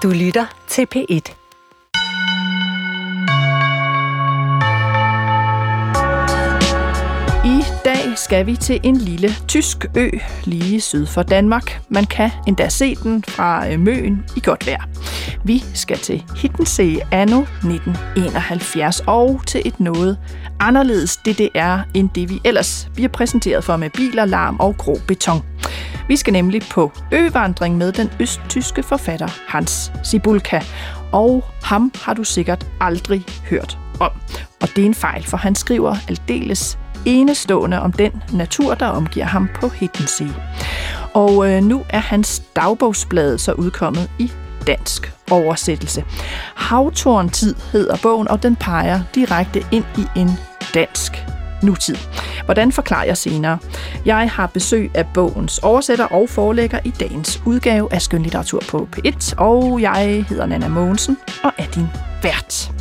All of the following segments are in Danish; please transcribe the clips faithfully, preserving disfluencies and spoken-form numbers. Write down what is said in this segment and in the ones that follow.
Du lytter til P et. I dag skal vi til en lille tysk ø lige syd for Danmark. Man kan endda se den fra Møn i godt vejr. Vi skal til Hiddensee anno nitten enoghalvfjerds og til et noget anderledes D D R end det vi ellers bliver præsenteret for med biler, larm og grå beton. Vi skal nemlig på øvandring med den østtyske forfatter Hans Cibulka, og ham har du sikkert aldrig hørt om. Og det er en fejl, for han skriver aldeles enestående om den natur, der omgiver ham på Hiddensee. Og øh, nu er hans dagbogsblad så udkommet i dansk oversættelse. Havtorntid hedder bogen, og den peger direkte ind i en dansk nutid. Hvordan forklarer jeg senere? Jeg har besøg af bogens oversætter og forlægger i dagens udgave af Skønlitteratur på P et, og jeg hedder Nanna Mogensen og er din vært.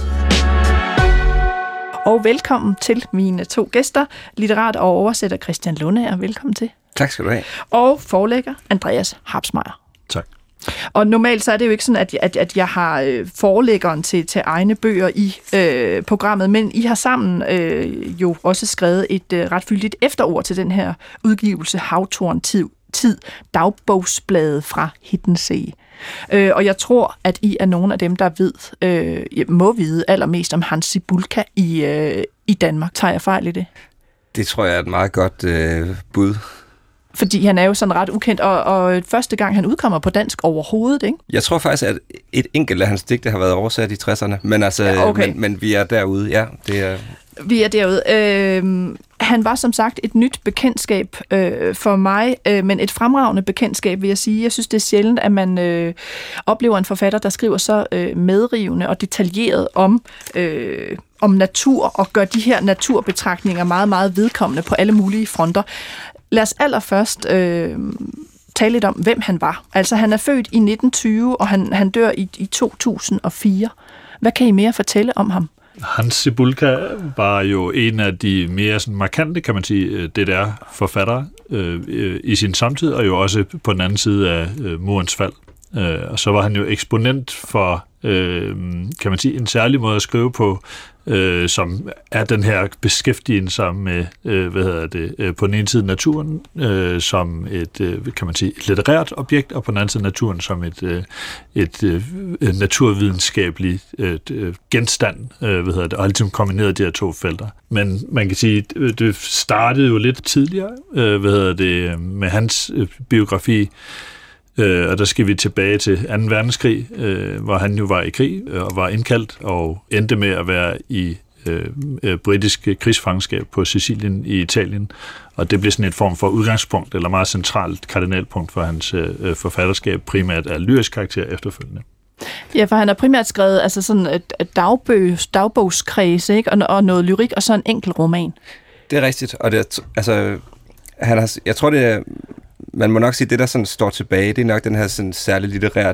Og velkommen til mine to gæster, litterat og oversætter Christian Lundager. Velkommen til. Tak skal du have. Og forlægger Andreas Harpsmeyer. Tak. Og normalt så er det jo ikke sådan, at, at, at jeg har øh, forlæggeren til, til egne bøger i øh, programmet, men I har sammen øh, jo også skrevet et øh, ret fyldigt efterord til den her udgivelse, Havtorntid, tid, dagbogsbladet fra Hiddensee. Øh, og jeg tror, at I er nogle af dem, der ved, øh, må vide allermest om Hans Cibulka i, øh, i Danmark. Tager jeg fejl i det? Det tror jeg er et meget godt øh, bud. Fordi han er jo sådan ret ukendt, og, og første gang han udkommer på dansk overhovedet, ikke? Jeg tror faktisk, at et enkelt af hans digte har været oversat i tresserne, men, altså, ja, okay. men, men vi er derude, ja. Det er... Vi er derude. Øh, han var som sagt et nyt bekendtskab øh, for mig, øh, men et fremragende bekendtskab, vil jeg sige. Jeg synes, det er sjældent, at man øh, oplever en forfatter, der skriver så øh, medrivende og detaljeret om, øh, om natur, og gør de her naturbetragtninger meget, meget vedkommende på alle mulige fronter. Lad os allerførst øh, tale lidt om, hvem han var. Altså, han er født i nitten tyve, og han, han dør i, i to tusind og fire. Hvad kan I mere fortælle om ham? Hans Cibulka var jo en af de mere sådan markante, kan man sige, D D R-forfattere øh, i sin samtid, og jo også på den anden side af øh, murens fald. Øh, og så var han jo eksponent for, øh, kan man sige, en særlig måde at skrive på, øh, som er den her beskæftigelse sig med, øh, hvad hedder det, øh, på den ene side naturen øh, som et, øh, kan man sige, et litterært objekt, og på den anden side naturen som et, øh, et øh, naturvidenskabeligt øh, genstand, øh, hvad hedder det, og ligesom kombineret de her to felter. Men man kan sige, det startede jo lidt tidligere, øh, hvad hedder det, med hans øh, biografi. Øh, og der skal vi tilbage til anden verdenskrig, øh, hvor han jo var i krig øh, og var indkaldt og endte med at være i øh, øh, britisk krigsfangenskab på Sicilien i Italien. Og det blev sådan et form for udgangspunkt, eller meget centralt kardinalpunkt for hans øh, forfatterskab, primært af lyrisk karakter efterfølgende. Ja, for han har primært skrevet altså sådan et, et dagbøg, dagbogskreds, ikke? Og, og noget lyrik, og så en enkelt roman. Det er rigtigt, og det, altså, han har, jeg tror, det er... Man må nok sige, at det, der sådan står tilbage, det er nok den her sådan særlig litterære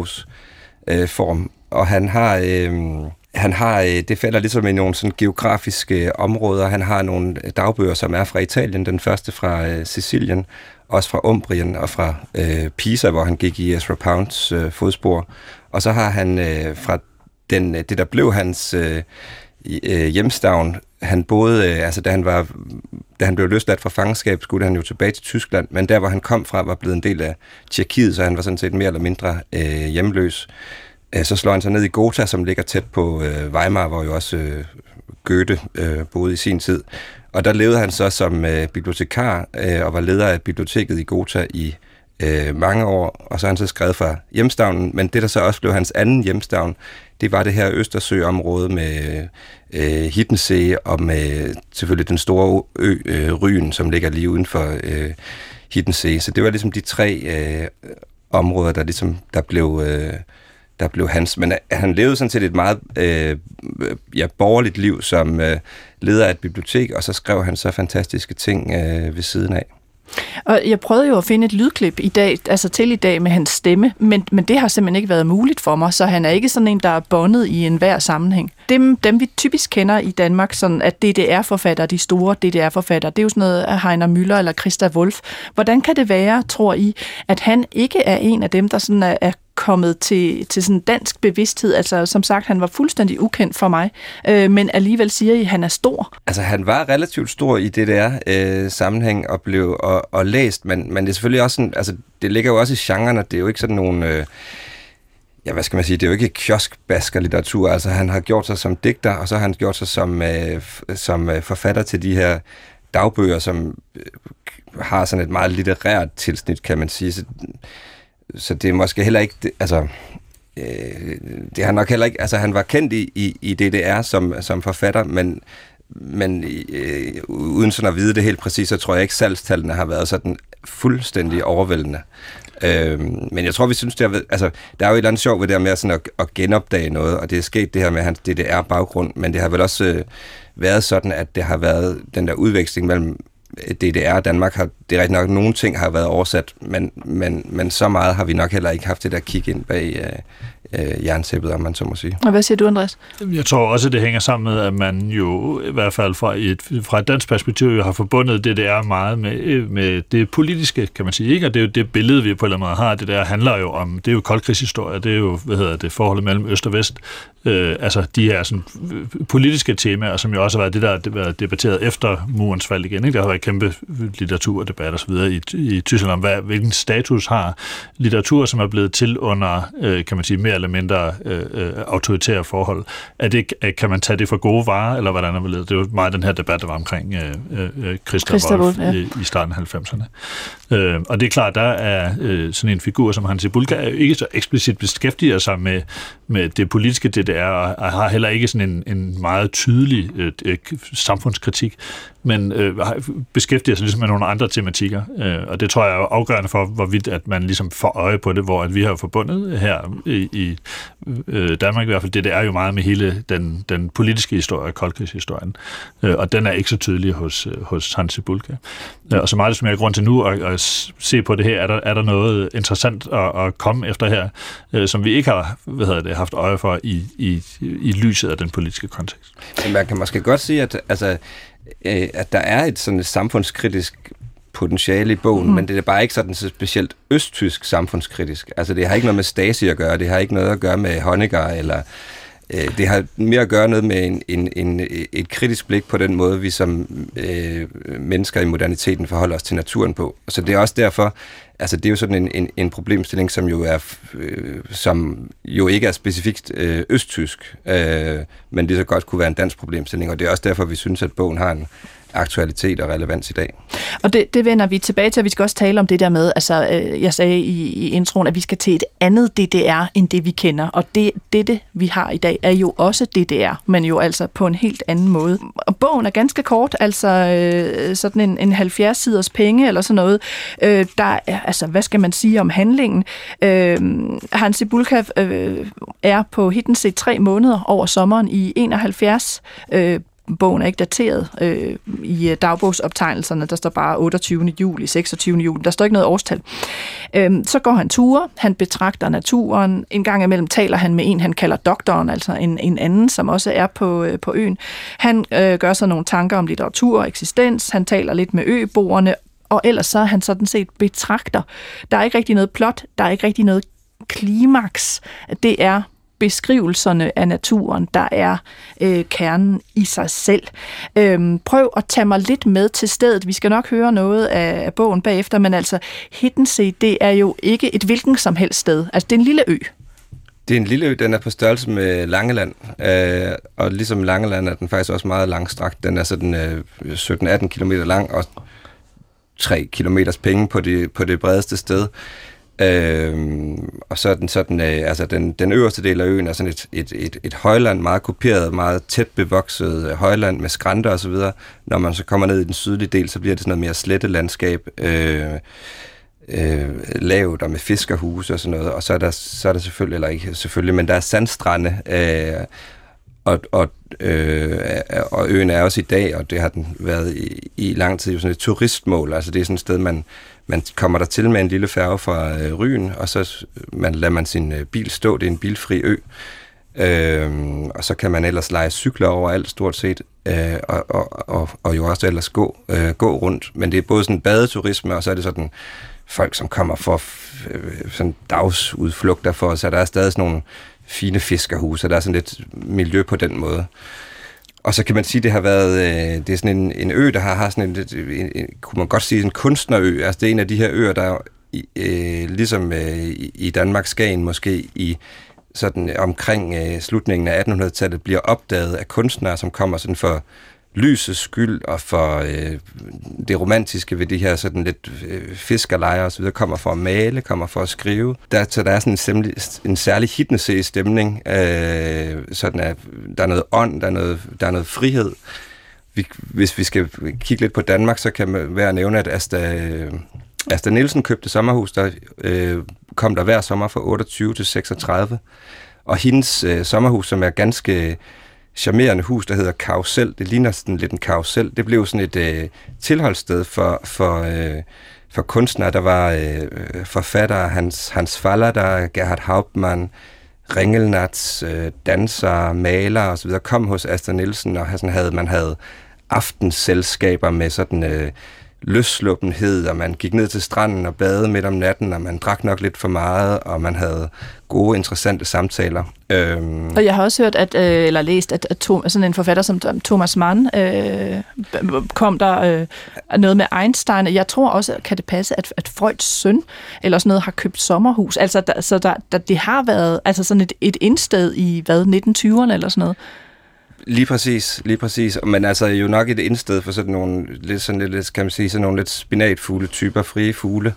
dagbogsform. Øh, og han har, øh, han har, øh, det falder ligesom i nogle sådan geografiske områder. Han har nogle dagbøger, som er fra Italien. Den første fra øh, Sicilien, også fra Umbrien og fra øh, Pisa, hvor han gik i Ezra Pounds øh, fodspor. Og så har han øh, fra den, det, der blev hans øh, hjemstavn. Han boede, øh, altså da han var... Da han blev løsladt fra fangenskab, skulle han jo tilbage til Tyskland, men der, hvor han kom fra, var blevet en del af Tjekkiet, så han var sådan set mere eller mindre øh, hjemløs. Æ, så slår han sig ned i Gotha, som ligger tæt på øh, Weimar, hvor jo også øh, Goethe øh, boede i sin tid. Og der levede han så som øh, bibliotekar øh, og var leder af biblioteket i Gotha i øh, mange år, og så har han så skrevet fra hjemstavnen, men det, der så også blev hans anden hjemstavn, det var det her Østersø-område med øh, Hiddensee og med selvfølgelig den store ø øh, Ryn, som ligger lige uden for øh, Hiddensee. Så det var ligesom de tre øh, områder, der ligesom der blev øh, der blev hans. Men han levede sådan set et meget øh, ja, borgerligt liv som øh, leder af et bibliotek, og så skrev han så fantastiske ting øh, ved siden af. Og jeg prøvede jo at finde et lydklip i dag, altså til i dag med hans stemme, men, men det har simpelthen ikke været muligt for mig, så han er ikke sådan en, der er bondet i enhver sammenhæng. Dem, dem vi typisk kender i Danmark, sådan at D D R-forfattere, de store D D R-forfattere, det er jo sådan noget af Heiner Müller eller Christa Wolf. Hvordan kan det være, tror I, at han ikke er en af dem, der sådan er, er kommet til, til sådan dansk bevidsthed? Altså, som sagt, han var fuldstændig ukendt for mig, øh, men alligevel siger I, at han er stor. Altså, han var relativt stor i D D R-sammenhæng øh, og blev og, og læst, men, men det er selvfølgelig også sådan, altså, det ligger jo også i genren, og det er jo ikke sådan nogle... Øh, ja, hvad skal man sige, det er jo ikke kioskbasker-litteratur, altså han har gjort sig som digter, og så har han gjort sig som, øh, som øh, forfatter til de her dagbøger, som øh, har sådan et meget litterært tilsnit, kan man sige. Så, så det er måske heller ikke, det, altså, øh, det har nok heller ikke, altså han var kendt i, i, i D D R som, som forfatter, men, men øh, uden sådan at vide det helt præcis, så tror jeg ikke, salgstallene har været sådan fuldstændig overvældende. Øhm, men jeg tror, vi synes, det er, altså, der er jo et eller andet sjovt ved det her med sådan at, at genopdage noget, og det er sket det her med hans D D R-baggrund, men det har vel også øh, været sådan, at det har været den der udveksling mellem D D R og Danmark. Har, det er rigtig nok, nogle ting har været oversat, men, men, men så meget har vi nok heller ikke haft det der kig ind bag øh, øh, jerntæppet, om man så må sige. Og hvad siger du, Andreas? Jeg tror også, det hænger sammen med, at man jo i hvert fald fra et, fra et dansk perspektiv har forbundet D D R meget med, med det politiske, kan man sige, ikke? Og det er jo det billede, vi på en eller anden måde har. Det der handler jo om, det er jo koldkrigshistorie, det er jo, hvad hedder det, forholdet mellem øst og vest. Øh, altså de her sådan, politiske temaer, som jo også har været det, der har været debatteret efter murens fald igen. Ikke? Der har været kæmpe litteratur og debat og så videre i, i Tyskland om, hvad, hvilken status har litteratur, som er blevet til under, øh, kan man sige, mere eller mindre øh, autoritære forhold. Er det, kan man tage det for gode varer, eller hvordan er det? Det er jo meget den her debat, der var omkring øh, øh, Christa Wolf ja. i, i starten af halvfemserne. Øh, og det er klart, der er øh, sådan en figur som Hansi Bulka er jo ikke så eksplicit beskæftiger sig med, med det politiske D D R, og har heller ikke sådan en, en meget tydelig øh, samfundskritik, men øh, beskæftiger sig ligesom med nogle andre tematikker, øh, og det tror jeg er afgørende for, hvorvidt at man ligesom får øje på det, hvor at vi har forbundet her i, i øh, Danmark i hvert fald, det, det er jo meget med hele den, den politiske historie, koldkrigshistorien, øh, og den er ikke så tydelig hos, hos Hansi Bulka. Øh, og så meget som jeg har grund til nu at, at se på det her, er der, er der noget interessant at, at komme efter her, øh, som vi ikke har hvad hedder det, haft øje for i, i, i lyset af den politiske kontekst. Man kan måske godt sige, at altså at der er et sådan et samfundskritisk potentiale i bogen, mm. men det er bare ikke sådan så specielt østtysk samfundskritisk. Altså det har ikke noget med Stasi at gøre, det har ikke noget at gøre med Honecker, eller øh, det har mere at gøre noget med en, en, en, et kritisk blik på den måde, vi som øh, mennesker i moderniteten forholder os til naturen på. Så det er også derfor, altså det er jo sådan en, en, en problemstilling, som jo er øh, som jo ikke er specifikt øh, østtysk, øh, men det så godt kunne være en dansk problemstilling, og det er også derfor, vi synes, at bogen har en aktualitet og relevans i dag. Og det, det vender vi tilbage til, at vi skal også tale om det der med, altså øh, jeg sagde i, i introen, at vi skal til et andet D D R, end det vi kender, og det, dette vi har i dag, er jo også D D R, men jo altså på en helt anden måde. Og bogen er ganske kort, altså øh, sådan en, en halvfjerds siders penge, eller sådan noget. Øh, der er, altså hvad skal man sige om handlingen? Øh, Hansi Bulka øh, er på Hiddensee tre måneder over sommeren i enoghalvfjerds. Øh, Bogen er ikke dateret øh, i dagbogsoptegnelserne. Der står bare otteogtyvende juli, seksogtyvende juli. Der står ikke noget årstal. Øhm, så går han ture. Han betragter naturen. En gang imellem taler han med en, han kalder doktoren, altså en, en anden, som også er på, øh, på øen. Han øh, gør sig nogle tanker om litteratur og eksistens. Han taler lidt med øboerne. Og ellers så er han sådan set betragter. Der er ikke rigtig noget plot. Der er ikke rigtig noget klimaks. Det er beskrivelserne af naturen, der er øh, kernen i sig selv. Øhm, prøv at tage mig lidt med til stedet. Vi skal nok høre noget af, af bogen bagefter, men altså Hiddensee, det er jo ikke et hvilken som helst sted. Altså det er en lille ø. Det er en lille ø, den er på størrelse med Langeland, øh, og ligesom Langeland er den faktisk også meget langstrakt. Den er sådan øh, sytten atten kilometer lang og tre kilometers penge på det, på det bredeste sted. Øhm, og så er den sådan, øh, altså den, den øverste del af øen er sådan et, et, et, et højland, meget kuperet, meget tæt bevokset højland med skrænter og så videre. Når man så kommer ned i den sydlige del, så bliver det sådan noget mere slette landskab, øh, øh, lavt og med fiskerhuse og sådan noget. Og så er der, så er der selvfølgelig, eller ikke selvfølgelig, men der er sandstrande, øh, og, og, øh, og øen er også i dag, og det har den været i, i lang tid, sådan et turistmål. Altså det er sådan et sted, man Man kommer der til med en lille færge fra øh, Ryen, og så man, lader man sin øh, bil stå. Det er en bilfri ø. Øhm, og så kan man ellers lege cykler overalt stort set, øh, og, og, og, og jo også ellers gå, øh, gå rundt. Men det er både sådan badeturisme, og så er det sådan folk, som kommer for sådan dagsudflugter for os, så der er stadig sådan nogle fine fiskerhuse, og der er sådan lidt miljø på den måde. Og så kan man sige, at det har været, øh, det er sådan en, en ø, der har, har sådan en, en, en, kunne man godt sige, en kunstnerø. Altså det er en af de her øer, der øh, ligesom øh, i Danmark, Skagen måske, i sådan omkring øh, slutningen af attenhundredetallet bliver opdaget af kunstnere, som kommer sådan for lysets skyld og for øh, det romantiske ved de her sådan lidt øh, fiskerlejre og så videre, kommer for at male, kommer for at skrive. Der, så der er sådan en, stemning, en særlig Hiddensee-stemning, øh, sådan at der er noget ånd, der er noget, der er noget frihed. Vi, hvis vi skal kigge lidt på Danmark, så kan man være at nævne, at Asta, Asta Nielsen købte sommerhus, der øh, kom der hver sommer fra otteogtyve til seksogtredive, og hendes øh, sommerhus, som er ganske charmerende hus, der hedder Karusel. Det ligner sådan lidt en karusel. Det blev sådan et øh, tilholdssted for, for, øh, for kunstnere. Der var øh, forfattere, Hans, Hans Faller, der Gerhard Hauptmann, Ringelnatz, øh, dansere, malere osv. kom hos Asta Nielsen, og sådan havde, man havde aftensselskaber med sådan øh, løssluppenhed, og man gik ned til stranden og badede midt om natten, og man drak nok lidt for meget, og man havde gode, interessante samtaler. Øhm. Og jeg har også hørt, at, øh, eller læst, at, at Tom, sådan en forfatter som Thomas Mann øh, kom der øh, noget med Einstein. Jeg tror også, kan det passe, at, at Freuds søn eller sådan noget har købt sommerhus. Altså, der, så der, der, det har været altså sådan et, et indsted i, hvad, nitten tyverne eller sådan noget? Lige præcis, lige præcis. Men altså jo nok et indsted for sådan nogle lidt sådan lidt, kan man sige, sådan nogle lidt spinatfugle typer, frie fugle.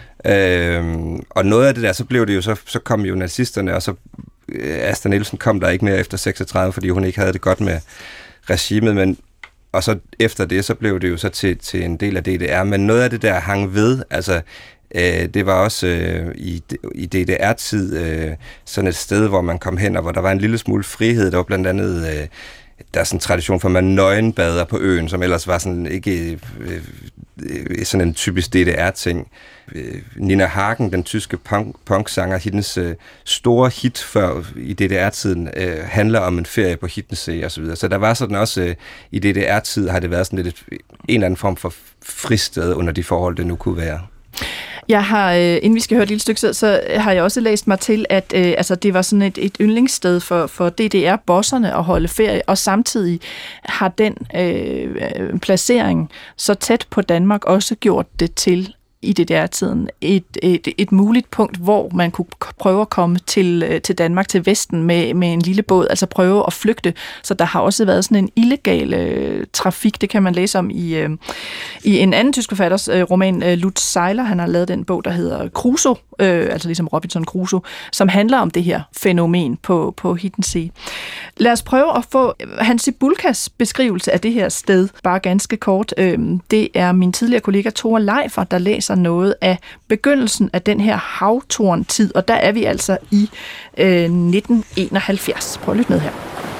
Øhm, og noget af det der, så blev det jo så, så kom jo nazisterne, og så øh, Asta Nielsen kom der ikke mere efter seksogtredive, fordi hun ikke havde det godt med regimet, men og så efter det, så blev det jo så til, til en del af D D R, men noget af det der hang ved, altså øh, det var også øh, i, i D D R-tid øh, sådan et sted, hvor man kom hen, og hvor der var en lille smule frihed. Der var blandt andet øh, der er sådan en tradition for, at man nøgenbader på øen, som ellers var sådan ikke øh, øh, sådan en typisk D D R-ting. Øh, Nina Hagen, den tyske punk, punksanger, hendes øh, store hit før i D D R-tiden øh, handler om en ferie på Hiddensee og så videre. Så der var sådan også øh, i D D R-tid har det været sådan lidt en eller anden form for fristed under de forhold, det nu kunne være. Jeg har, øh, inden vi skal høre et lille stykke, så, så har jeg også læst mig til, at øh, altså, det var sådan et, et yndlingssted for, for D D R-bosserne at holde ferie, og samtidig har den øh, placering så tæt på Danmark også gjort det til i D D R-tiden et, et, et muligt punkt, hvor man kunne prøve at komme til, til Danmark, til Vesten med, med en lille båd, altså prøve at flygte. Så der har også været sådan en illegal øh, trafik, det kan man læse om i, øh, i en anden tysk forfatters øh, roman, øh, Lutz Seiler. Han har lavet den bog, der hedder Crusoe, øh, altså ligesom Robinson Crusoe, som handler om det her fænomen på, på Hiddensee. Lad os prøve at få Hans Cibulkas beskrivelse af det her sted, bare ganske kort. Øh, det er min tidligere kollega Tore Leifer, der læser noget af begyndelsen af den her havtorn-tid, og der er vi altså i øh, nitten enoghalvfjerds. Prøv at lytte med her.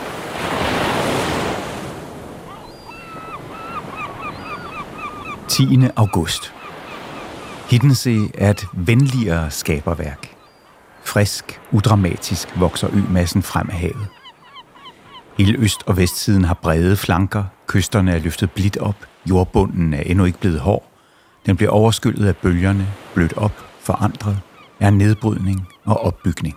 tiende august. Hiddensee er et venligere skaberværk. Frisk, udramatisk vokser ømassen frem af havet. Hele øst- og vestsiden har brede flanker, kysterne er løftet blidt op, jordbunden er endnu ikke blevet hård. Den bliver overskyllet af bølgerne, blødt op, forandret, er nedbrydning og opbygning.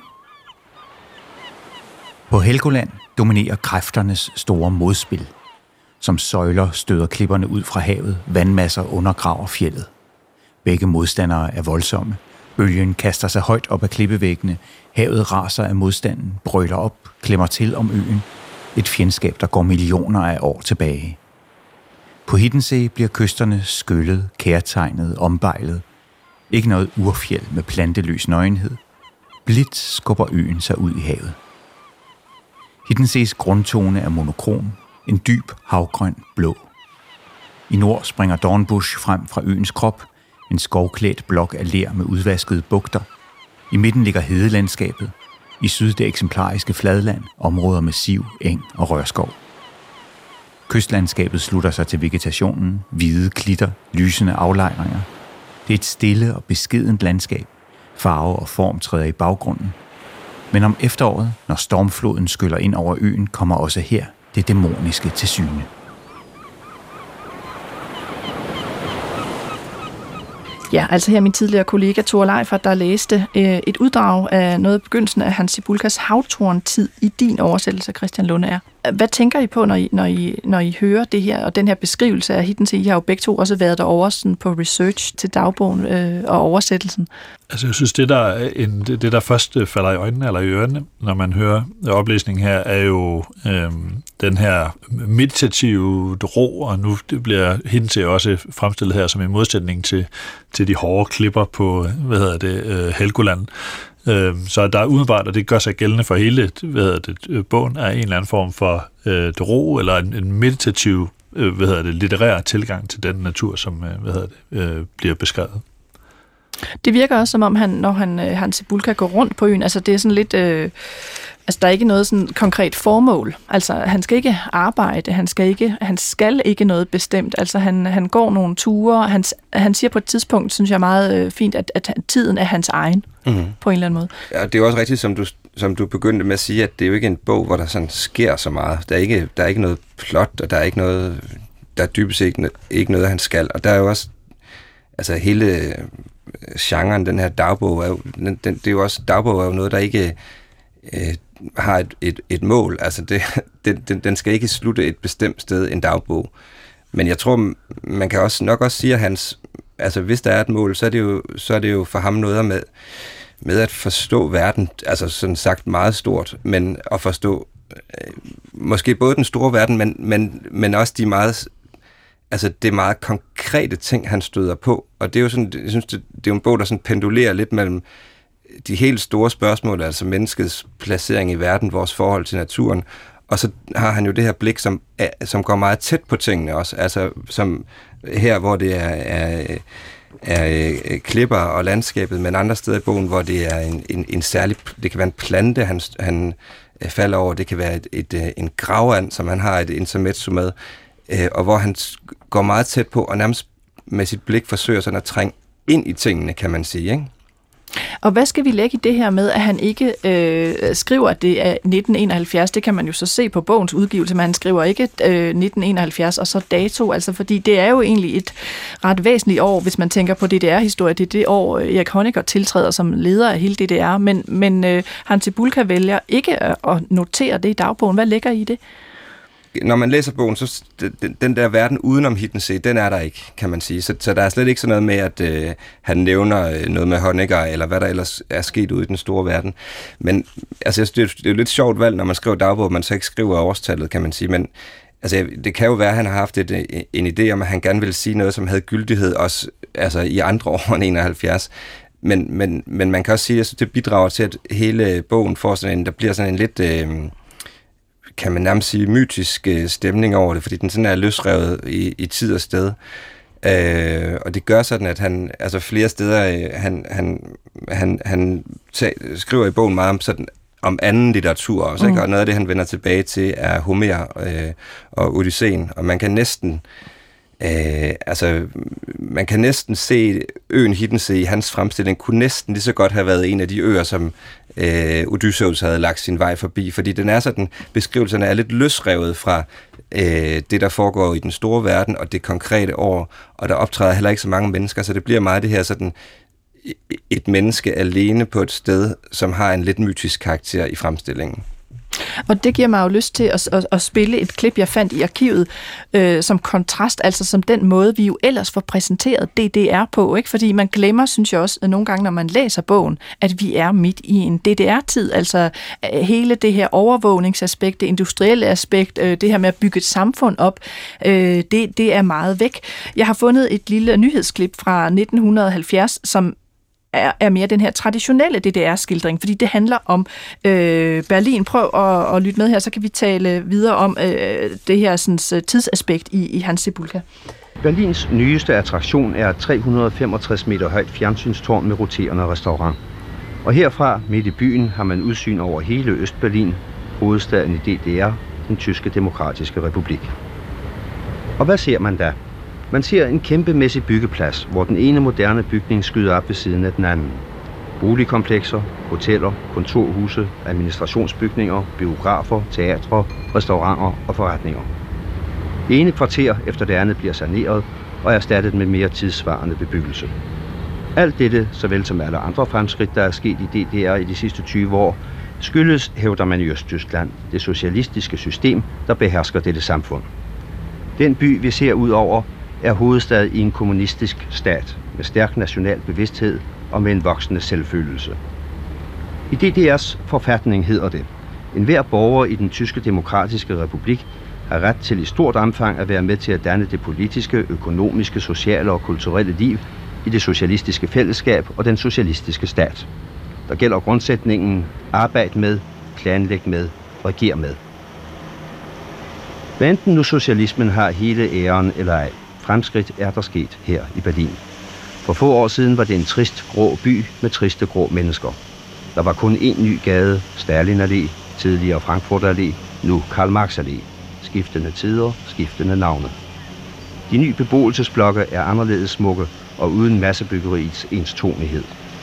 På Helgoland dominerer kræfternes store modspil. Som søjler støder klipperne ud fra havet, vandmasser undergraver fjeldet. Begge modstandere er voldsomme. Bølgen kaster sig højt op ad klippevæggene, havet raser af modstanden, brøler op, klemmer til om øen. Et fjendskab, der går millioner af år tilbage. På Hiddensee bliver kysterne skyllet, kærtegnet, ombejlet. Ikke noget urfjeld med planteløs nøgenhed. Blidt skubber øen sig ud i havet. Hiddensees grundtone er monokrom, en dyb havgrøn blå. I nord springer Dornbusch frem fra øens krop, en skovklædt blok af ler med udvaskede bugter. I midten ligger hedelandskabet. I syd det eksemplariske fladland, områder med siv, eng og rørskov. Kystlandskabet slutter sig til vegetationen, hvide klitter, lysende aflejringer. Det er et stille og beskedent landskab. Farve og form træder i baggrunden. Men om efteråret, når stormfloden skyller ind over øen, kommer også her det dæmoniske til syne. Ja, altså her min tidligere kollega Thor Leifert, der læste øh, et uddrag af noget af begyndelsen af Hans Cibulkas Havtorn-tid i din oversættelse, Christian Lundager. Hvad tænker I på, når I, når I, når I hører det her, og den her beskrivelse af Hiddensee? I har jo begge to også været derovre sådan på research til dagbogen øh, og oversættelsen. Altså jeg synes, det der, en, det, det der først falder i øjnene eller i ørerne, når man hører oplæsningen her, er jo øh, den her meditative ro, og nu bliver Hiddensee også fremstillet her som en modsætning til, til de hårde klipper på, hvad hedder det, øh, Helgoland. Så der er umiddelbart, og det gør sig gældende for hele hvad hedder det, bogen, er en eller anden form for øh, det ro, eller en, en meditativ øh, hvad hedder det, litterær tilgang til den natur, som øh, hvad hedder det, øh, bliver beskrevet. Det virker også som om, han, når han, Hans Cibulka går rundt på øen, altså det er sådan lidt, øh, altså der er ikke noget sådan konkret formål. Altså han skal ikke arbejde, han skal ikke, han skal ikke noget bestemt. Altså han, han går nogle ture, han, han siger på et tidspunkt, synes jeg meget øh, fint, at, at tiden er hans egen, mm-hmm. på en eller anden måde. Ja, det er jo også rigtigt, som du, som du begyndte med at sige, at det er jo ikke en bog, hvor der sådan sker så meget. Der er ikke, der er ikke noget plot, og der er ikke noget, der er dybest set ikke, ikke noget, han skal. Og der er jo også, altså hele genren, den her dagbog, er jo, den, det er jo også, dagbog er jo noget, der ikke øh, har et, et, et mål. Altså det, den, den skal ikke slutte et bestemt sted, en dagbog. Men jeg tror, man kan også nok også sige, at hans, altså hvis der er et mål, så er det jo, så er det jo for ham noget med, med at forstå verden, altså sådan sagt meget stort, men at forstå øh, måske både den store verden, men, men, men også de meget, altså det meget konkrete ting, han støder på. Og det er jo sådan, jeg synes, det, det er jo en bog, der sådan pendulerer lidt mellem de helt store spørgsmål, altså menneskets placering i verden, vores forhold til naturen, og så har han jo det her blik, som, som går meget tæt på tingene også, altså som her, hvor det er, er, er klipper og landskabet, men andre steder i bogen, hvor det er en, en, en særlig, det kan være en plante, han, han falder over, det kan være et, et, en gravand, som han har et intermezzo med, og hvor han går meget tæt på, og nærmest med sit blik forsøger sådan at trænge ind i tingene, kan man sige, ikke? Og hvad skal vi lægge i det her med, at han ikke øh, skriver, at det er nitten enoghalvfjerds? Det kan man jo så se på bogens udgivelse, men han skriver ikke øh, nitten enoghalvfjerds og så dato, altså fordi det er jo egentlig et ret væsentligt år, hvis man tænker på D D R-historie. Det er det år, Erik Honecker tiltræder som leder af hele D D R, men, men øh, Hans Cibulka vælger ikke at notere det i dagbogen. Hvad lægger I det? Når man læser bogen, så den, den der verden udenom Hiddensee, den er der ikke, kan man sige. Så, så der er slet ikke sådan noget med, at øh, han nævner noget med Honecker, eller hvad der ellers er sket ude i den store verden. Men altså, det, er, det er jo lidt sjovt valg, når man skriver dagbog, man så ikke skriver årstallet, kan man sige. Men altså, det kan jo være, at han har haft et, en idé om, at han gerne ville sige noget, som havde gyldighed også altså, i andre år end enoghalvfjerds. Men, men, men man kan også sige, at det bidrager til, at hele bogen får sådan en, der bliver sådan en lidt... Øh, kan man nærmest sige, mytisk stemning over det, fordi den sådan er løsrevet i, i tid og sted. Øh, og det gør sådan, at han, altså flere steder, han, han, han, han tag, skriver i bogen meget om, sådan, om anden litteratur også, mm. ikke? Og noget af det, han vender tilbage til, er Homer øh, og Odysseen, og man kan næsten Øh, altså, man kan næsten se øen Hiddensee i hans fremstilling, kunne næsten lige så godt have været en af de øer, som øh, Odysseus havde lagt sin vej forbi, fordi den er sådan, beskrivelserne er lidt løsrevet fra øh, det, der foregår i den store verden, og det konkrete år, og der optræder heller ikke så mange mennesker, så det bliver meget det her sådan, et menneske alene på et sted, som har en lidt mytisk karakter i fremstillingen. Og det giver mig jo lyst til at, at, at spille et klip, jeg fandt i arkivet, øh, som kontrast, altså som den måde, vi jo ellers får præsenteret D D R på, ikke? Fordi man glemmer, synes jeg også, at nogle gange, når man læser bogen, at vi er midt i en D D R-tid, altså hele det her overvågningsaspekt, det industrielle aspekt, øh, det her med at bygge et samfund op, øh, det, det er meget væk. Jeg har fundet et lille nyhedsklip fra nitten halvfjerds, som er, er mere den her traditionelle D D R-skildring, fordi det handler om øh, Berlin. Prøv at, at lytte med her, så kan vi tale videre om øh, det her sådan, tidsaspekt i, i Hans Cibulka. Berlins nyeste attraktion er et tre hundrede og femogtres meter højt fjernsynstårn med roterende restaurant. Og herfra, midt i byen, har man udsyn over hele Østberlin, hovedstaden i D D R, den tyske demokratiske republik. Og hvad ser man da? Man ser en kæmpemæssig byggeplads, hvor den ene moderne bygning skyder op ved siden af den anden. Boligkomplekser, hoteller, kontorhuse, administrationsbygninger, biografer, teatre, restauranter og forretninger. Det ene kvarter efter det andet bliver saneret og erstattet med mere tidssvarende bebyggelse. Alt dette, såvel som alle andre fremskridt, der er sket i D D R i de sidste tyve år, skyldes, hævder man i Østtyskland, det socialistiske system, der behersker dette samfund. Den by, vi ser ud over, er hovedstad i en kommunistisk stat med stærk national bevidsthed og med en voksende selvfølelse. I D D R's forfatning hedder det: enhver borger i den tyske demokratiske republik har ret til i stort omfang at være med til at danne det politiske, økonomiske, sociale og kulturelle liv i det socialistiske fællesskab og den socialistiske stat. Der gælder grundsætningen: arbejd med, planlæg med, reger med. Hvad enten nu socialismen har hele æren eller ej, fremskridt er der sket her i Berlin. For få år siden var det en trist, grå by med triste, grå mennesker. Der var kun én ny gade, Stalin Allé, tidligere Frankfurt Allé, nu Karl Marx Allé. Skiftende tider, skiftende navne. De nye beboelsesblokke er anderledes smukke og uden massebyggeriets enstonighed.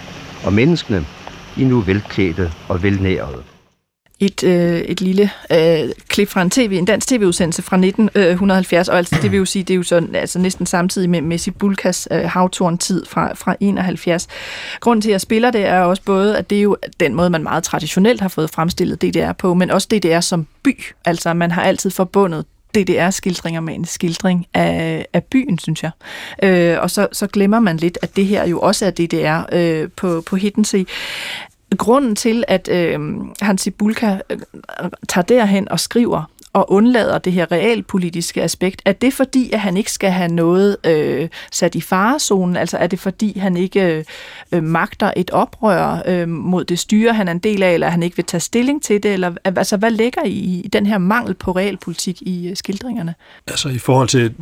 Og menneskene, de er nu velklædte og velnærede. Et, øh, et lille øh, klip fra en, TV, en dansk tv-udsendelse fra nitten halvfjerds, og altså, det vil jo sige, det er jo så altså, næsten samtidig med, med Cibulkas øh, havtorn-tid fra, fra enoghalvfjerds. Grunden til, at jeg spiller det, er også både, at det er jo den måde, man meget traditionelt har fået fremstillet D D R på, men også D D R som by. Altså, man har altid forbundet D D R-skildringer med en skildring af, af byen, synes jeg. Øh, og så, så glemmer man lidt, at det her jo også er D D R øh, på, på Hiddensee. Grunden til, at øh, Hans Cibulka øh, tager derhen og skriver og undlader det her realpolitiske aspekt, er det fordi, at han ikke skal have noget øh, sat i farezonen? Altså er det fordi, han ikke øh, magter et oprør øh, mod det styre, han er en del af, eller han ikke vil tage stilling til det? Eller, altså hvad ligger i, i den her mangel på realpolitik i øh, skildringerne? Altså i forhold til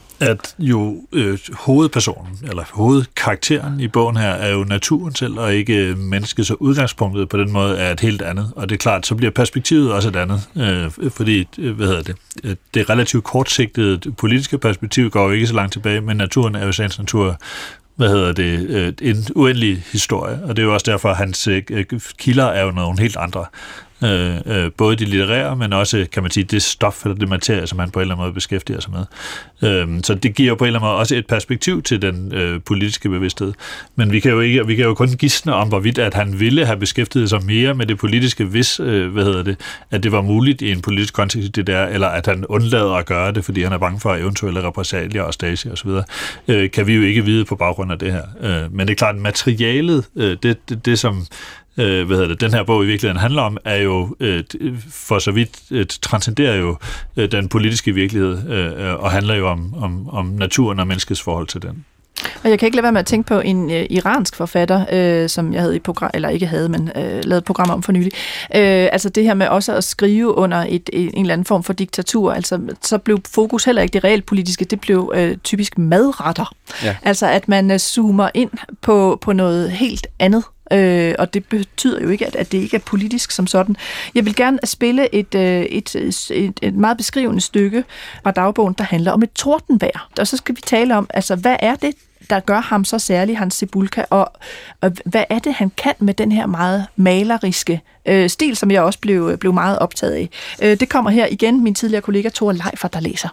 at jo øh, hovedpersonen, eller hovedkarakteren i bogen her, er jo naturen selv, og ikke mennesket, så udgangspunktet på den måde er et helt andet. Og det er klart, så bliver perspektivet også et andet, øh, fordi, hvad hedder det, det relativt kortsigtede politiske perspektiv går jo ikke så langt tilbage, men naturen er jo sagens natur, hvad hedder det, en uendelig historie, og det er jo også derfor, at hans kilder er jo nogle helt andre. Øh, øh, både de litterære, men også, kan man sige, det stof eller det materie, som han på en eller anden måde beskæftiger sig med. Øh, så det giver på en eller anden måde også et perspektiv til den øh, politiske bevidsthed. Men vi kan jo ikke, vi kan jo kun gisne om, hvorvidt at han ville have beskæftiget sig mere med det politiske, hvis, øh, hvad hedder det, at det var muligt i en politisk kontekst, det der, eller at han undlader at gøre det, fordi han er bange for eventuelle repressalier og Stasi osv., øh, kan vi jo ikke vide på baggrund af det her. Øh, men det er klart, at materialet, øh, det, det, det som Øh, hvad hedder det, den her bog i virkeligheden handler om, er jo øh, for så vidt øh, transcenderer jo øh, den politiske virkelighed øh, og handler jo om, om, om naturen og menneskets forhold til den. Og jeg kan ikke lade være med at tænke på en øh, iransk forfatter, øh, som jeg havde i program, eller ikke havde, men øh, lavet et program om for nylig. Øh, altså det her med også at skrive under et, en eller anden form for diktatur, altså så blev fokus heller ikke det realpolitiske, det blev øh, typisk madretter. Ja. Altså at man øh, zoomer ind på, på noget helt andet. Øh, og det betyder jo ikke, at, at det ikke er politisk som sådan. Jeg vil gerne spille et, et, et, et meget beskrivende stykke fra dagbogen, der handler om et tordenvejr. Og så skal vi tale om, altså hvad er det, der gør ham så særlig, Hans Cibulka, og, og hvad er det, han kan med den her meget maleriske øh, stil, som jeg også blev, blev meget optaget af. Øh, det kommer her igen, min tidligere kollega Thor Leifer, der læser.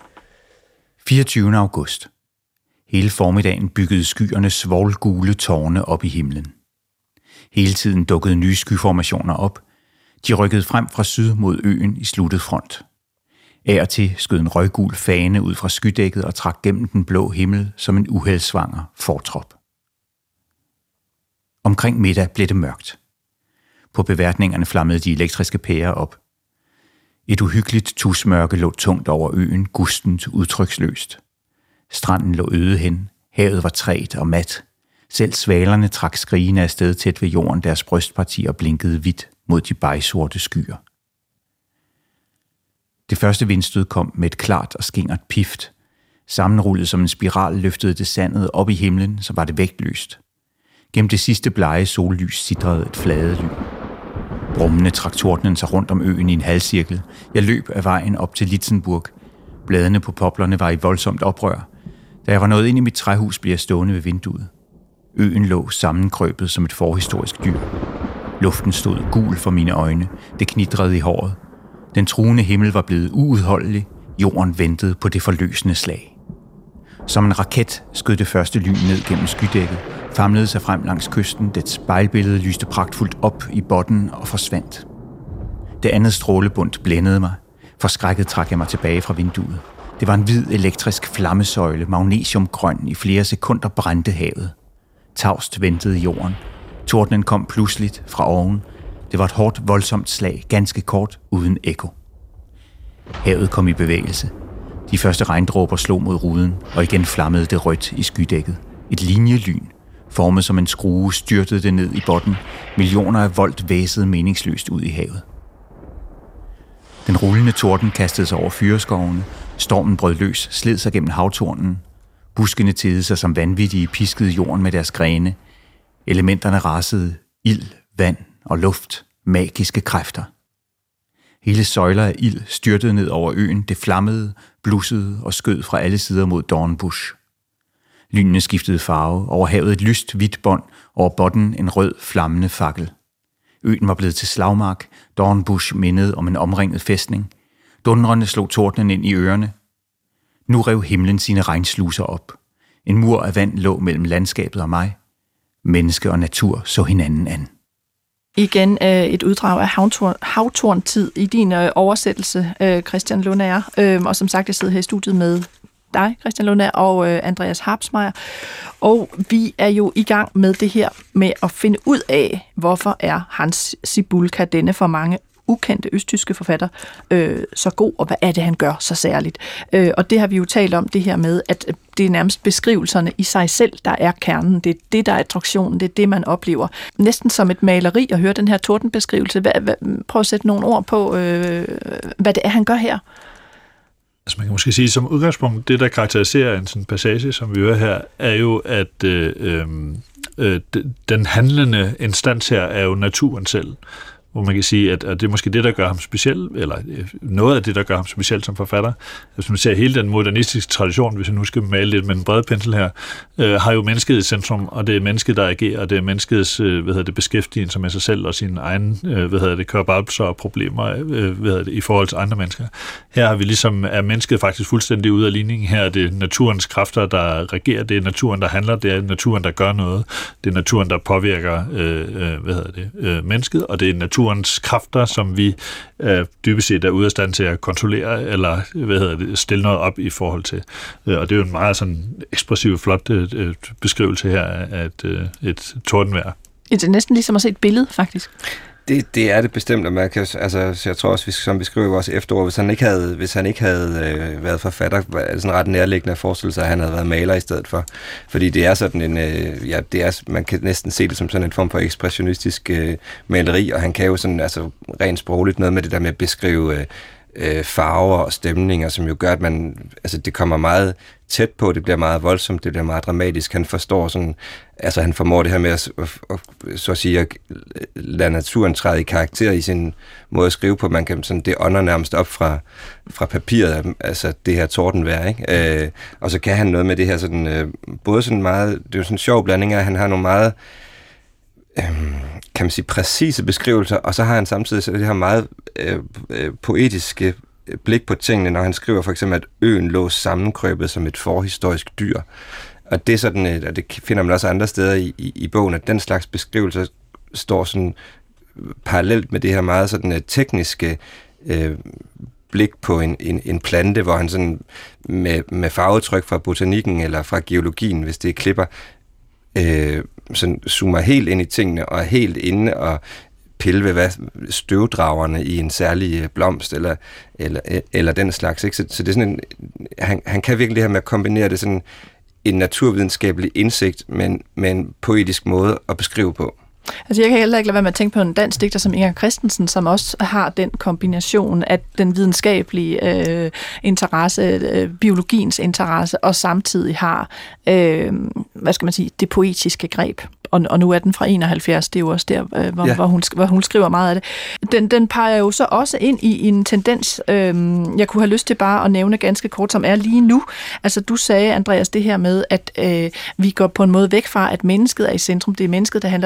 fireogtyvende august. Hele formiddagen byggede skyerne svovlgule tårne op i himlen. Hele tiden dukkede nye skyformationer op. De rykkede frem fra syd mod øen i sluttet front. Af og til skød en røggul fane ud fra skydækket og trak gennem den blå himmel som en uheldsvanger fortrop. Omkring middag blev det mørkt. På beværtningerne flammede de elektriske pærer op. Et uhyggeligt tusmørke lå tungt over øen, gustent udtryksløst. Stranden lå øde hen, havet var træt og mat. Selv svalerne trak skrigende afsted tæt ved jorden, deres brystpartier blinkede hvidt mod de bejsorte skyer. Det første vindstød kom med et klart og skingert pift. Sammenrullet som en spiral løftede det sandet op i himlen, så var det vægtløst. Gennem det sidste blege sollys sidrede et flade lyn. Brummende trak tordnen sig rundt om øen i en halvcirkel. Jeg løb af vejen op til Litzenburg. Bladene på poplerne var i voldsomt oprør. Da jeg var nået ind i mit træhus, blev jeg stående ved vinduet. Øen lå sammenkrøbet som et forhistorisk dyr. Luften stod gul for mine øjne. Det knitrede i håret. Den truende himmel var blevet uudholdelig. Jorden ventede på det forløsende slag. Som en raket skød det første lyn ned gennem skydækket, famlede sig frem langs kysten. Dets spejlbillede lyste pragtfuldt op i botten og forsvandt. Det andet strålebund blændede mig. Forskrækket trak jeg mig tilbage fra vinduet. Det var en hvid elektrisk flammesøjle, magnesiumgrøn. I flere sekunder brændte havet. Tavst ventede jorden. Tordenen kom pludseligt fra oven. Det var et hårdt, voldsomt slag, ganske kort, uden ekko. Havet kom i bevægelse. De første regndråber slog mod ruden, og igen flammede det rødt i skydækket. Et linjelyn, formet som en skrue, styrtede det ned i botten. Millioner af volt væsede meningsløst ud i havet. Den rullende torden kastede sig over fyreskovene. Stormen brød løs, sled sig gennem havtornen. Buskene tedede sig som vanvittige, piskede jorden med deres grene. Elementerne rasede. Ild, vand og luft. Magiske kræfter. Hele søjler af ild styrtede ned over øen. Det flammede, blussede og skød fra alle sider mod Dornbusch. Lynene skiftede farve. Over havet et lyst, hvidt bånd. Over botten en rød, flammende fakkel. Øen var blevet til slagmark. Dornbusch mindede om en omringet fæstning. Dundrende slog tordenen ind i ørerne. Nu rev himlen sine regnsluser op. En mur af vand lå mellem landskabet og mig. Menneske og natur så hinanden an. Igen øh, et uddrag af havtorn, havtorntid i din øh, oversættelse, øh, Christian Lundager. Øh, og som sagt, jeg sidder her i studiet med dig, Christian Lundager, og øh, Andreas Harpsmeyer. Og vi er jo i gang med det her med at finde ud af, hvorfor er Hans Cibulka, denne for mange ukendte østtyske forfatter, øh, så god, og hvad er det, han gør så særligt. Øh, og det har vi jo talt om, det her med, at det er nærmest beskrivelserne i sig selv, der er kernen. Det er det, der er attraktionen, det er det, man oplever. Næsten som et maleri at høre den her tordenbeskrivelse. Hvad, hvad, prøv at sætte nogle ord på, øh, hvad det er, han gør her. Altså man kan måske sige, som udgangspunkt, det der karakteriserer en sådan passage, som vi hører her, er jo, at øh, øh, den handlende instans her er jo naturen selv. Hvor man kan sige, at, at det er måske det, der gør ham speciel, eller noget af det, der gør ham speciel som forfatter. Hvis man ser hele den modernistiske tradition, hvis jeg nu skal male lidt med en bred pensel her, øh, har jo mennesket i centrum, og det er mennesket, der agerer, og det er menneskets øh, hvad hedder det, beskæftigelse med sig selv og sine egne øh, hvad hedder det, kørbabelser og problemer øh, hvad hedder det, i forhold til andre mennesker. Her har vi ligesom, er mennesket faktisk fuldstændig ude af ligningen. Her er det naturens kræfter, der regerer, det er naturen, der handler, det er naturen, der gør noget, det er naturen, der påvirker øh, hvad hedder det, øh, mennesket, og det er naturen, kræfter, som vi øh, dybest set er ude af stand til at kontrollere, eller hvad hedder det, stille noget op i forhold til. Øh, og det er jo en meget sådan ekspressiv, flot øh, beskrivelse her af et, øh, et tordenvejr. Det er næsten ligesom at se et billede, faktisk. Det, det er det bestemt, og man kan, altså, så jeg tror også, som vi skriver i vores efterår, hvis han ikke havde, hvis han ikke havde øh, været forfatter, er det sådan ret nærliggende at forestille sig, at han havde været maler i stedet for. Fordi det er sådan en, øh, ja, det er, man kan næsten se det som sådan en form for ekspressionistisk øh, maleri, og han kan jo sådan, altså rent sprogligt noget med det der med at beskrive øh, øh, farver og stemninger, som jo gør, at man, altså det kommer meget tæt på, det bliver meget voldsomt, det bliver meget dramatisk. Han forstår sådan, altså han formår det her med at, at, at så at sige, at lade naturen træde i karakter i sin måde at skrive på. Man kan sådan, det ånder nærmest op fra, fra papiret, altså det her tordenvejr, ikke? Øh, og så kan han noget med det her sådan, øh, både sådan meget, det er jo sådan en sjov blanding af, at han har nogle meget, øh, kan man sige, præcise beskrivelser, og så har han samtidig så det her meget øh, øh, poetiske blik på tingene, når han skriver for eksempel, at øen lå sammenkrøbet som et forhistorisk dyr. Og det er sådan, og det finder man også andre steder i, i, i bogen, at den slags beskrivelser står sådan parallelt med det her meget sådan tekniske øh, blik på en, en, en plante, hvor han sådan med, med farvetryk fra botanikken eller fra geologien, hvis det er klipper, øh, sådan zoomer helt ind i tingene og er helt inde og pille ved hvad, støvdragerne i en særlig blomst, eller, eller, eller den slags. Ikke? Så, så det er sådan en, han, han kan virkelig det her med at kombinere det sådan en naturvidenskabelig indsigt, men med en poetisk måde at beskrive på. Altså jeg kan heller ikke lade være med at tænke på en dansk digter som Inger Christensen, som også har den kombination af den videnskabelige øh, interesse, øh, biologiens interesse, og samtidig har, øh, hvad skal man sige, det poetiske greb. Og, og nu er den fra enoghalvfjerds, det er jo også der, øh, hvor, ja. hvor, hun, hvor hun skriver meget af det. Den, den peger jo så også ind i, i en tendens, øh, jeg kunne have lyst til bare at nævne ganske kort, som er lige nu. Altså du sagde, Andreas, det her med, at øh, vi går på en måde væk fra, at mennesket er i centrum. Det er mennesket, der handler. Nej, det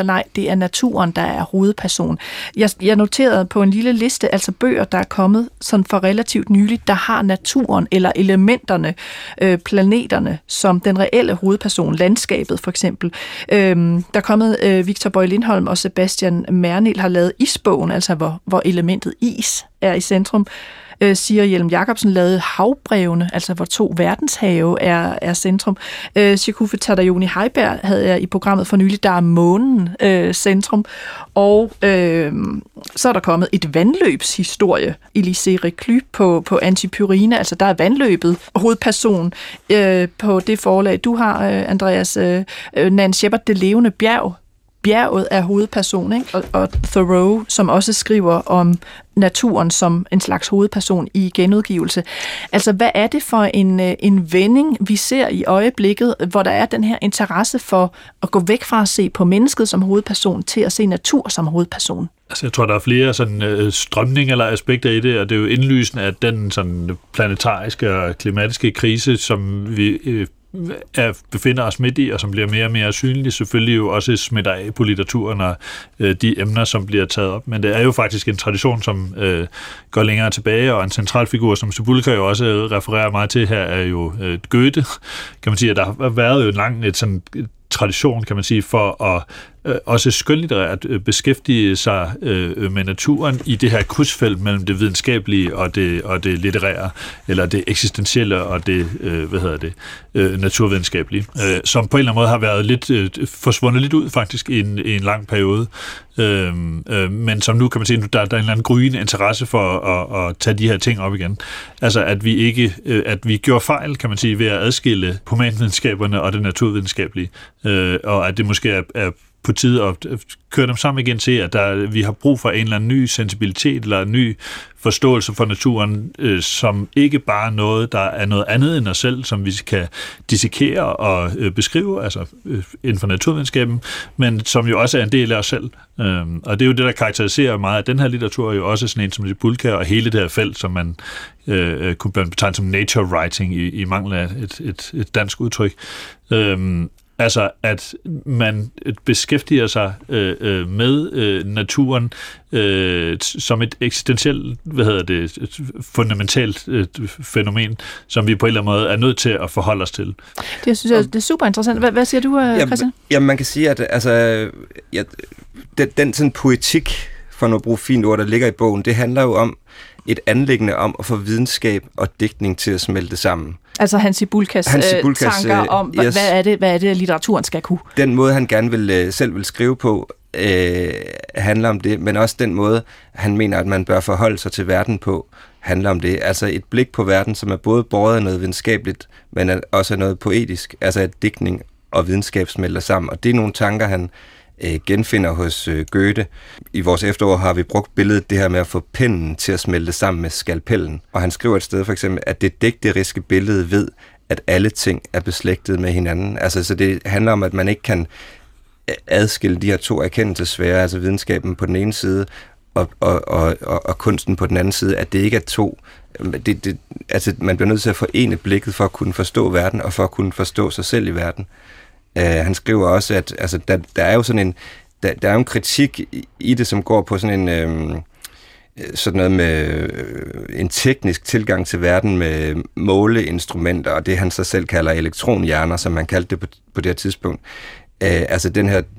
det er naturen, der er hovedperson. Jeg, jeg noterede på en lille liste, altså bøger, der er kommet sådan for relativt nyligt, der har naturen eller elementerne, øh, planeterne, som den reelle hovedperson, landskabet for eksempel. Øh, der er kommet øh, Victor Bøje Lindholm og Sebastian Mernil har lavet Isbogen, altså hvor, hvor elementet is er i centrum. Øh, siger Hjelm Jacobsen lavede Havbrevene, altså hvor to verdenshave er, er centrum. Øh, Shekufe Tadayoni Heiberg havde jeg i programmet for nylig, der er månen øh, centrum. Og øh, så er der kommet et vandløbshistorie, Elisée Reclus på, på Antipyrine, altså der er vandløbet hovedperson øh, på det forlag. Du har, øh, Andreas, øh, Nan Shepard, Det levende bjerg. Bjerget er hovedperson, ikke? Og, og Thoreau, som også skriver om naturen som en slags hovedperson i genudgivelse. Altså, hvad er det for en, en vending, vi ser i øjeblikket, hvor der er den her interesse for at gå væk fra at se på mennesket som hovedperson til at se natur som hovedperson? Altså, jeg tror, der er flere sådan, øh, strømninger eller aspekter i det, og det er jo indlysende, at den sådan, planetariske og klimatiske krise, som vi øh, er, befinder os midt i, og som bliver mere og mere synlige, selvfølgelig jo også smitter af på litteraturen og øh, de emner, som bliver taget op. Men det er jo faktisk en tradition, som øh, går længere tilbage, og en central figur, som Cebulka jo også refererer meget til her, er jo øh, Goethe. Kan man sige, at der har været jo en lang et sådan tradition, kan man sige, for at øh, også skønlitterært øh, beskæftige sig øh, med naturen i det her krydsfelt mellem det videnskabelige og det, og det litterære, eller det eksistentielle og det, øh, hvad hedder det, øh, naturvidenskabelige, øh, som på en eller anden måde har været lidt øh, forsvundet lidt ud faktisk i en, i en lang periode. Øh, øh, men som nu kan man sige, der, der er en eller anden gryende interesse for at, at tage de her ting op igen. Altså at vi ikke, øh, at vi gjorde fejl, kan man sige, ved at adskille humanvidenskaberne og det naturvidenskabelige, øh, og at det måske er, er på tide at køre dem sammen igen til, at der, vi har brug for en eller anden ny sensibilitet eller en ny forståelse for naturen, øh, som ikke bare noget, der er noget andet end os selv, som vi kan dissekere og øh, beskrive, altså øh, inden for naturvidenskaben, men som jo også er en del af os selv. Øh, og det er jo det, der karakteriserer meget af den her litteratur, jo også sådan en som Cebulka og hele det her felt, som man øh, kunne betegne som nature writing i, i mangel af et, et, et dansk udtryk. Øh, Altså, at man beskæftiger sig øh, med øh, naturen øh, som et eksistentielt, hvad hedder det, et fundamentalt øh, fænomen, som vi på en eller anden måde er nødt til at forholde os til. Det synes jeg, det er super interessant. Hvad, hvad siger du, Christian? Jamen, man kan sige, at altså, ja, den, den sådan poetik, for at bruge fint ord, der ligger i bogen, det handler jo om et anliggende om at få videnskab og digtning til at smelte sammen. Altså Hans Cebulkas, Hans Cebulkas tanker om, yes, hvad, er det, hvad er det, litteraturen skal kunne? Den måde, han gerne vil, selv vil skrive på, øh, handler om det, men også den måde, han mener, at man bør forholde sig til verden på, handler om det. Altså et blik på verden, som er både båret af noget videnskabeligt, men også noget poetisk. Altså at digtning og videnskab smelter sammen. Og det er nogle tanker, han øh, genfinder hos øh, Goethe. I vores efterår har vi brugt billedet det her med at få pennen til at smelte sammen med skalpellen. Og han skriver et sted for eksempel, at det digteriske billede ved, at alle ting er beslægtet med hinanden. Altså, så det handler om, at man ikke kan adskille de her to erkendelsessfærer, altså videnskaben på den ene side, og, og, og, og, og kunsten på den anden side, at det ikke er to. Det, det, altså, man bliver nødt til at forene blikket for at kunne forstå verden, og for at kunne forstå sig selv i verden. Uh, han skriver også, at altså, der, der er jo sådan en, der, der er jo en kritik i, i det, som går på sådan en, øhm, sådan noget med øh, en teknisk tilgang til verden med måleinstrumenter, og det han så selv kalder elektronhjerner, som man kaldte det på, på det her tidspunkt. Uh, altså den her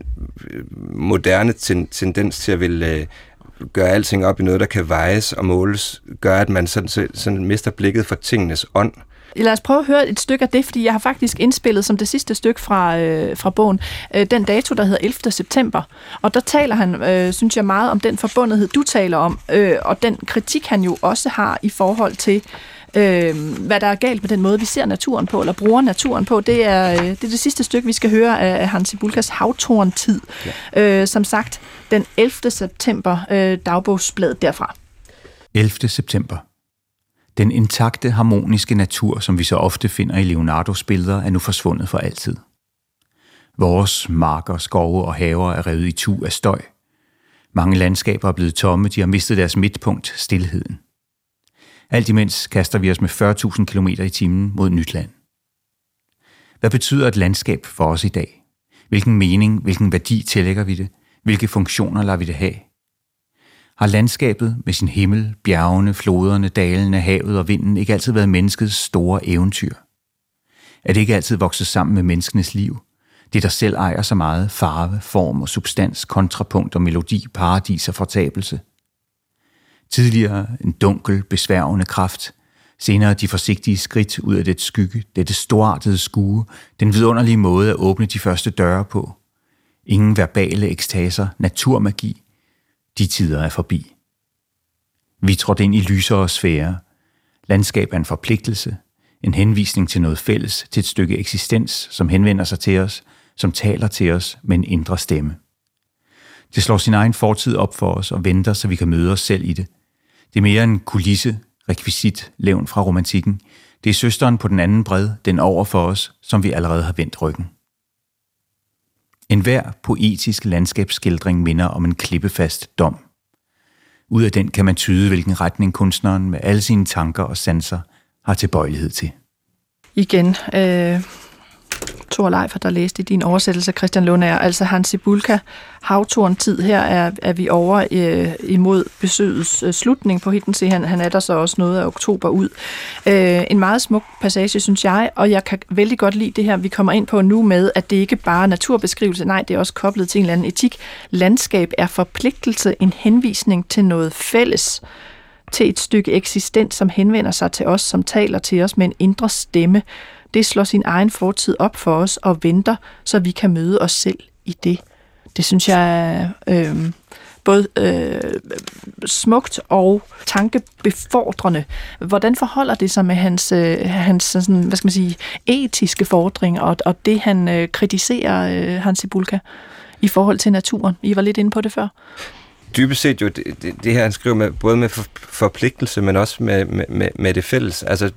moderne ten, tendens til at ville uh, gøre alting op i noget, der kan vejes og måles, gør, at man sådan, sådan mister blikket for tingenes ånd. Lad os prøve at høre et stykke af det, fordi jeg har faktisk indspillet som det sidste stykke fra, øh, fra bogen, øh, den dato, der hedder ellevte september. Og der taler han, øh, synes jeg, meget om den forbundethed, du taler om, øh, og den kritik, han jo også har i forhold til, øh, hvad der er galt med den måde, vi ser naturen på, eller bruger naturen på. Det er, øh, det, er det sidste stykke, vi skal høre af Hans Cebulkas Havtorntid. Ja. Øh, som sagt, den ellevte september, øh, dagbogsbladet derfra. ellevte september. Den intakte, harmoniske natur, som vi så ofte finder i Leonardos billeder, er nu forsvundet for altid. Vores marker, skove og haver er revet itu af støj. Mange landskaber er blevet tomme, de har mistet deres midtpunkt, stilheden. Alt imens kaster vi os med fyrre tusind kilometer i timen mod nyt land. Hvad betyder et landskab for os i dag? Hvilken mening, hvilken værdi tillægger vi det? Hvilke funktioner lader vi det have? Har landskabet med sin himmel, bjergene, floderne, dalene, havet og vinden ikke altid været menneskets store eventyr? Er det ikke altid vokset sammen med menneskenes liv? Det, der selv ejer så meget farve, form og substans, kontrapunkt og melodi, paradis og fortabelse. Tidligere en dunkel, besværgende kraft, senere de forsigtige skridt ud af det skygge, dette storartede skue, den vidunderlige måde at åbne de første døre på. Ingen verbale ekstaser, naturmagi. De tider er forbi. Vi trådte ind i lysere sfære. Landskab er en forpligtelse, en henvisning til noget fælles, til et stykke eksistens, som henvender sig til os, som taler til os med en indre stemme. Det slår sin egen fortid op for os og venter, så vi kan møde os selv i det. Det er mere en kulisse, rekvisit, levn fra romantikken. Det er søsteren på den anden bred, den over for os, som vi allerede har vendt ryggen. En hver poetisk landskabsskildring minder om en klippefast dom. Ud af den kan man tyde, hvilken retning kunstneren med alle sine tanker og sanser har tilbøjelighed til. Igen, øh, Thor Leifer, der læste i din oversættelse, Christian Lundager, altså Hans Cibulka, Havtorn-tid. Her er, er vi over øh, imod besøgets øh, slutning på Hiddensee. Han, han er der så også noget af oktober ud. Øh, en meget smuk passage, synes jeg, og jeg kan vældig godt lide det her, vi kommer ind på nu med, at det ikke bare er naturbeskrivelse, nej, det er også koblet til en eller anden etik. Landskab er forpligtelse, en henvisning til noget fælles, til et stykke eksistens, som henvender sig til os, som taler til os med en indre stemme. Det slår sin egen fortid op for os og venter, så vi kan møde os selv i det. Det synes jeg er øh, både øh, smukt og tankebefordrende. Hvordan forholder det sig med hans, øh, hans sådan, hvad skal man sige, etiske fordring og, og det, han øh, kritiserer, øh, Hans Cibulka, i forhold til naturen? I var lidt inde på det før. Dybest set jo, det, det, det her han skriver med, både med for, forpligtelse, men også med, med, med det fælles. Altså,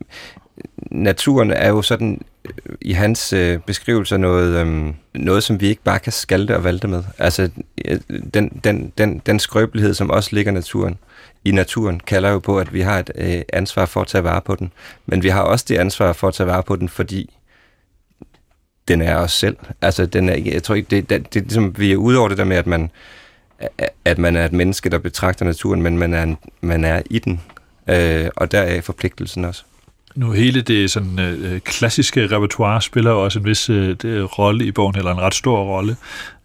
naturen er jo sådan i hans øh, beskrivelser noget, øh, noget, som vi ikke bare kan skalte og valte med. Altså, den, den, den, den skrøbelighed, som også ligger naturen, i naturen, kalder jo på, at vi har et øh, ansvar for at tage vare på den. Men vi har også det ansvar for at tage vare på den, fordi den er os selv. Altså, den er, jeg tror ikke, det, det, det er ligesom, vi er ude over det der med, at man at man er et menneske, der betragter naturen, men man er, en, man er i den, øh, og der er forpligtelsen også. Nu hele det sådan øh, klassiske repertoire spiller jo også en vis øh, rolle i bogen, eller en ret stor rolle.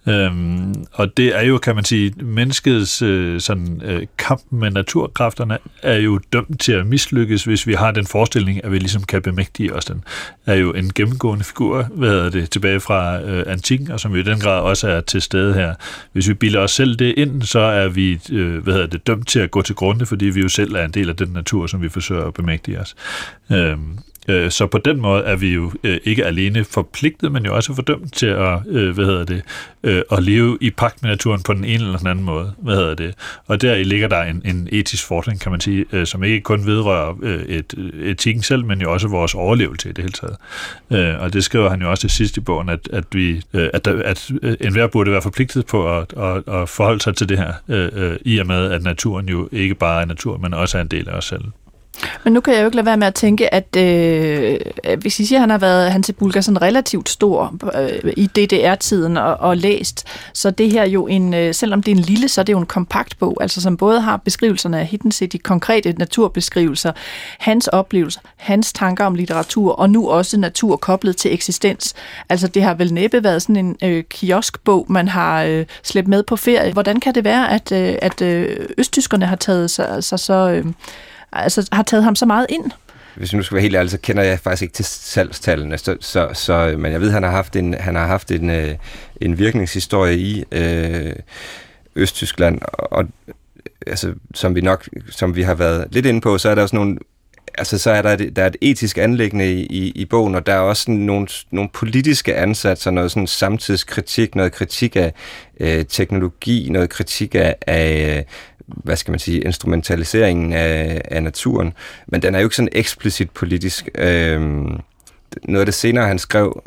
Øhm, og det er jo, kan man sige, menneskets øh, sådan, øh, kamp med naturkræfterne er jo dømt til at mislykkes, hvis vi har den forestilling, at vi ligesom kan bemægtige os. Den er jo en gennemgående figur, hvad hedder det, tilbage fra øh, antikken, og som i den grad også er til stede her. Hvis vi bilder os selv det ind, så er vi øh, hvad hedder det, dømt til at gå til grunde, fordi vi jo selv er en del af den natur, som vi forsøger at bemægtige os. Øhm, Så på den måde er vi jo øh, ikke alene forpligtet, men jo også fordømt til at, øh, hvad hedder det, øh, at leve i pagt med naturen på den ene eller den anden måde. Hvad hedder det? Og der ligger der en, en etisk fordring, kan man sige, øh, som ikke kun vedrører øh, et, etikken selv, men jo også vores overlevelse i det hele taget. Øh, og det skriver han jo også til sidst i bogen, at, at, vi, øh, at, der, at enhver burde være forpligtet på at, at, at forholde sig til det her, øh, øh, i og med, at naturen jo ikke bare er natur, men også er en del af os selv. Men nu kan jeg jo ikke lade være med at tænke, at øh, hvis I siger, at han har været Hans Cibulka sådan relativt stor øh, i D D R-tiden og, og læst, så det her jo en, øh, selvom det er en lille, så er det jo en kompakt bog, altså som både har beskrivelserne af Hiddensee, de konkrete naturbeskrivelser, hans oplevelser, hans tanker om litteratur, og nu også natur koblet til eksistens. Altså det har vel næppe været sådan en øh, kioskbog, man har øh, slæbt med på ferie. Hvordan kan det være, at, øh, at øh, østtyskerne har taget sig så... så øh, altså har taget ham så meget ind? Hvis jeg nu skal være helt ærlig, så kender jeg faktisk ikke til salgstallene, så, så, så, men jeg ved, at han har haft en, han har haft en, øh, en virkningshistorie i øh, Østtyskland, og altså, som vi nok, som vi har været lidt inde på, så er der også nogle, altså så er der et, der er et etisk anliggende i, i, i bogen, og der er også sådan nogle, nogle politiske ansatser, noget sådan samtidskritik, noget kritik af øh, teknologi, noget kritik af, af hvad skal man sige, instrumentaliseringen af, af naturen, men den er jo ikke sådan eksplicit politisk. Øhm, noget af det senere, han skrev,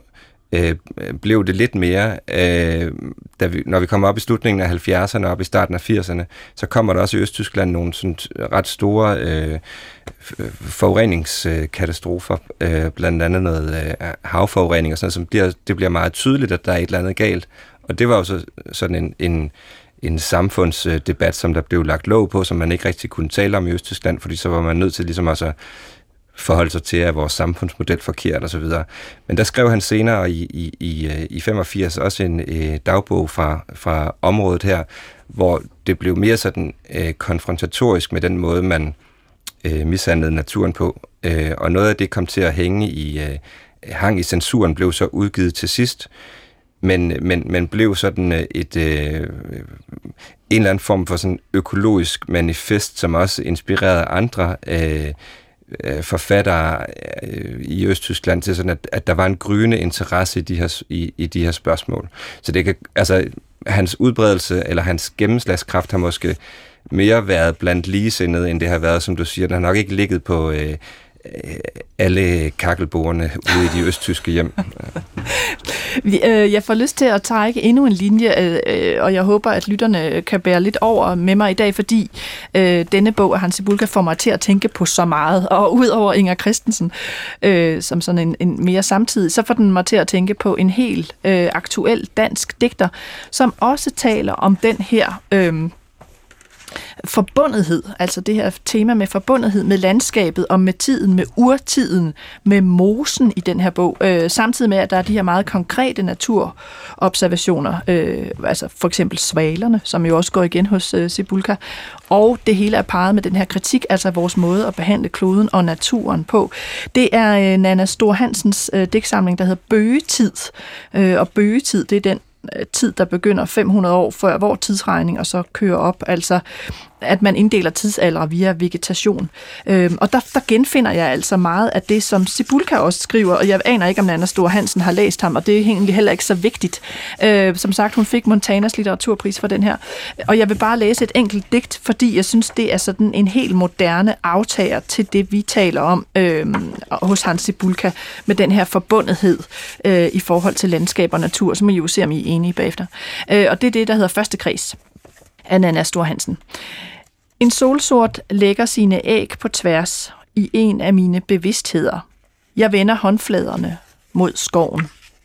øh, blev det lidt mere, øh, da vi, når vi kommer op i slutningen af halvfjerdserne og op i starten af firserne, så kommer der også i Østtyskland nogle sådan ret store øh, forureningskatastrofer, øh, blandt andet noget øh, havforurening og sådan noget, som bliver, det bliver meget tydeligt, at der er et eller andet galt. Og det var jo så sådan en, en, en samfundsdebat, som der blev lagt låg på, som man ikke rigtig kunne tale om i Østtyskland, fordi så var man nødt til ligesom også forholde sig til, at vores samfundsmodel forkert og så videre. Men der skrev han senere i, i, i, i femogfirs også en øh, dagbog fra, fra området her, hvor det blev mere sådan øh, konfrontatorisk med den måde, man øh, mishandlede naturen på. Øh, og noget af det kom til at hænge i, øh, hang i censuren, blev så udgivet til sidst, men, men, men blev sådan et, øh, en eller anden form for sådan økologisk manifest, som også inspirerede andre øh, forfattere i Østtyskland til sådan, at, at der var en gryende interesse i de her, i, i de her spørgsmål. Så det kan, altså, hans udbredelse eller hans gennemslagskraft har måske mere været blandt ligesindede, end det har været, som du siger. Den har nok ikke ligget på øh, alle kakkelbordene ude i de østtyske hjem. Jeg får lyst til at trække endnu en linje, og jeg håber, at lytterne kan bære lidt over med mig i dag, fordi denne bog af Hans Cibulka får mig til at tænke på så meget. Og udover Inger Christensen, som sådan en, en mere samtidig, så får den mig til at tænke på en helt aktuel dansk digter, som også taler om den her Øh, forbundethed, altså det her tema med forbundethed med landskabet og med tiden, med urtiden, med mosen i den her bog, øh, samtidig med, at der er de her meget konkrete naturobservationer, øh, altså for eksempel svalerne, som jo også går igen hos øh, Cibulka, og det hele er parret med den her kritik, altså vores måde at behandle kloden og naturen på. Det er øh, Nanna Storhansens øh, digtsamling, der hedder Bøgetid, øh, og Bøgetid, det er den tid, der begynder fem hundrede år før vor tidsregning, og så kører op, altså at man inddeler tidsalder via vegetation. Øhm, og der, der genfinder jeg altså meget af det, som Cibulka også skriver, og jeg aner ikke, om Nanna Storhansen har læst ham, og det er egentlig heller ikke så vigtigt. Øh, som sagt, hun fik Montanas litteraturpris for den her, og jeg vil bare læse et enkelt digt, fordi jeg synes, det er sådan en helt moderne aftager til det, vi taler om øh, hos Hans Cibulka, med den her forbundethed øh, i forhold til landskab og natur, som I jo ser, om I er enige bagefter. Øh, og det er det, der hedder Første Kreds af Nanna Storhansen. En solsort lægger sine æg på tværs i en af mine bevidstheder. Jeg vender håndfladerne mod skoven.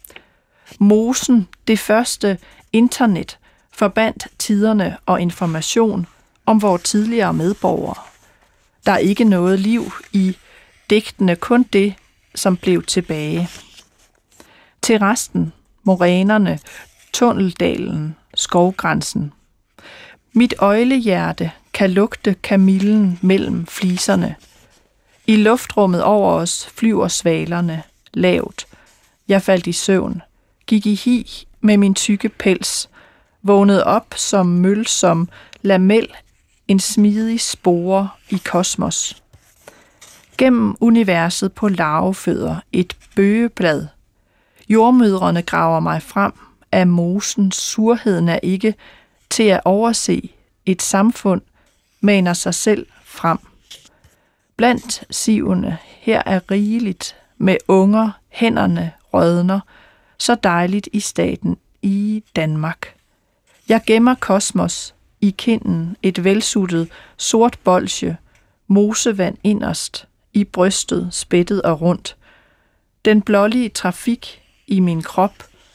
Mosen, det første internet, forbandt tiderne og information om vores tidligere medborgere. Der er ikke noget liv i digtene, kun det, som blev tilbage. Til resten, morænerne, tunneldalen, skovgrænsen. Mit øglehjerte kan lugte kamillen mellem fliserne. I luftrummet over os flyver svalerne, lavt. Jeg faldt i søvn, gik i hi med min tykke pels, vågnede op som møl, som lamel, en smidig spore i kosmos. Gennem universet på larvefødder, et bøgeblad. Jordmødrene graver mig frem, af mosen surheden er ikke til at overse. Et samfund maner sig selv frem. Blandt sivene her er rigeligt, med unger, hænderne rødner, så dejligt i staten i Danmark. Jeg gemmer kosmos i kinden, et velsuttet sort bolsje, mosevand inderst, i brystet, spættet og rundt. Den blålige trafik i min krop.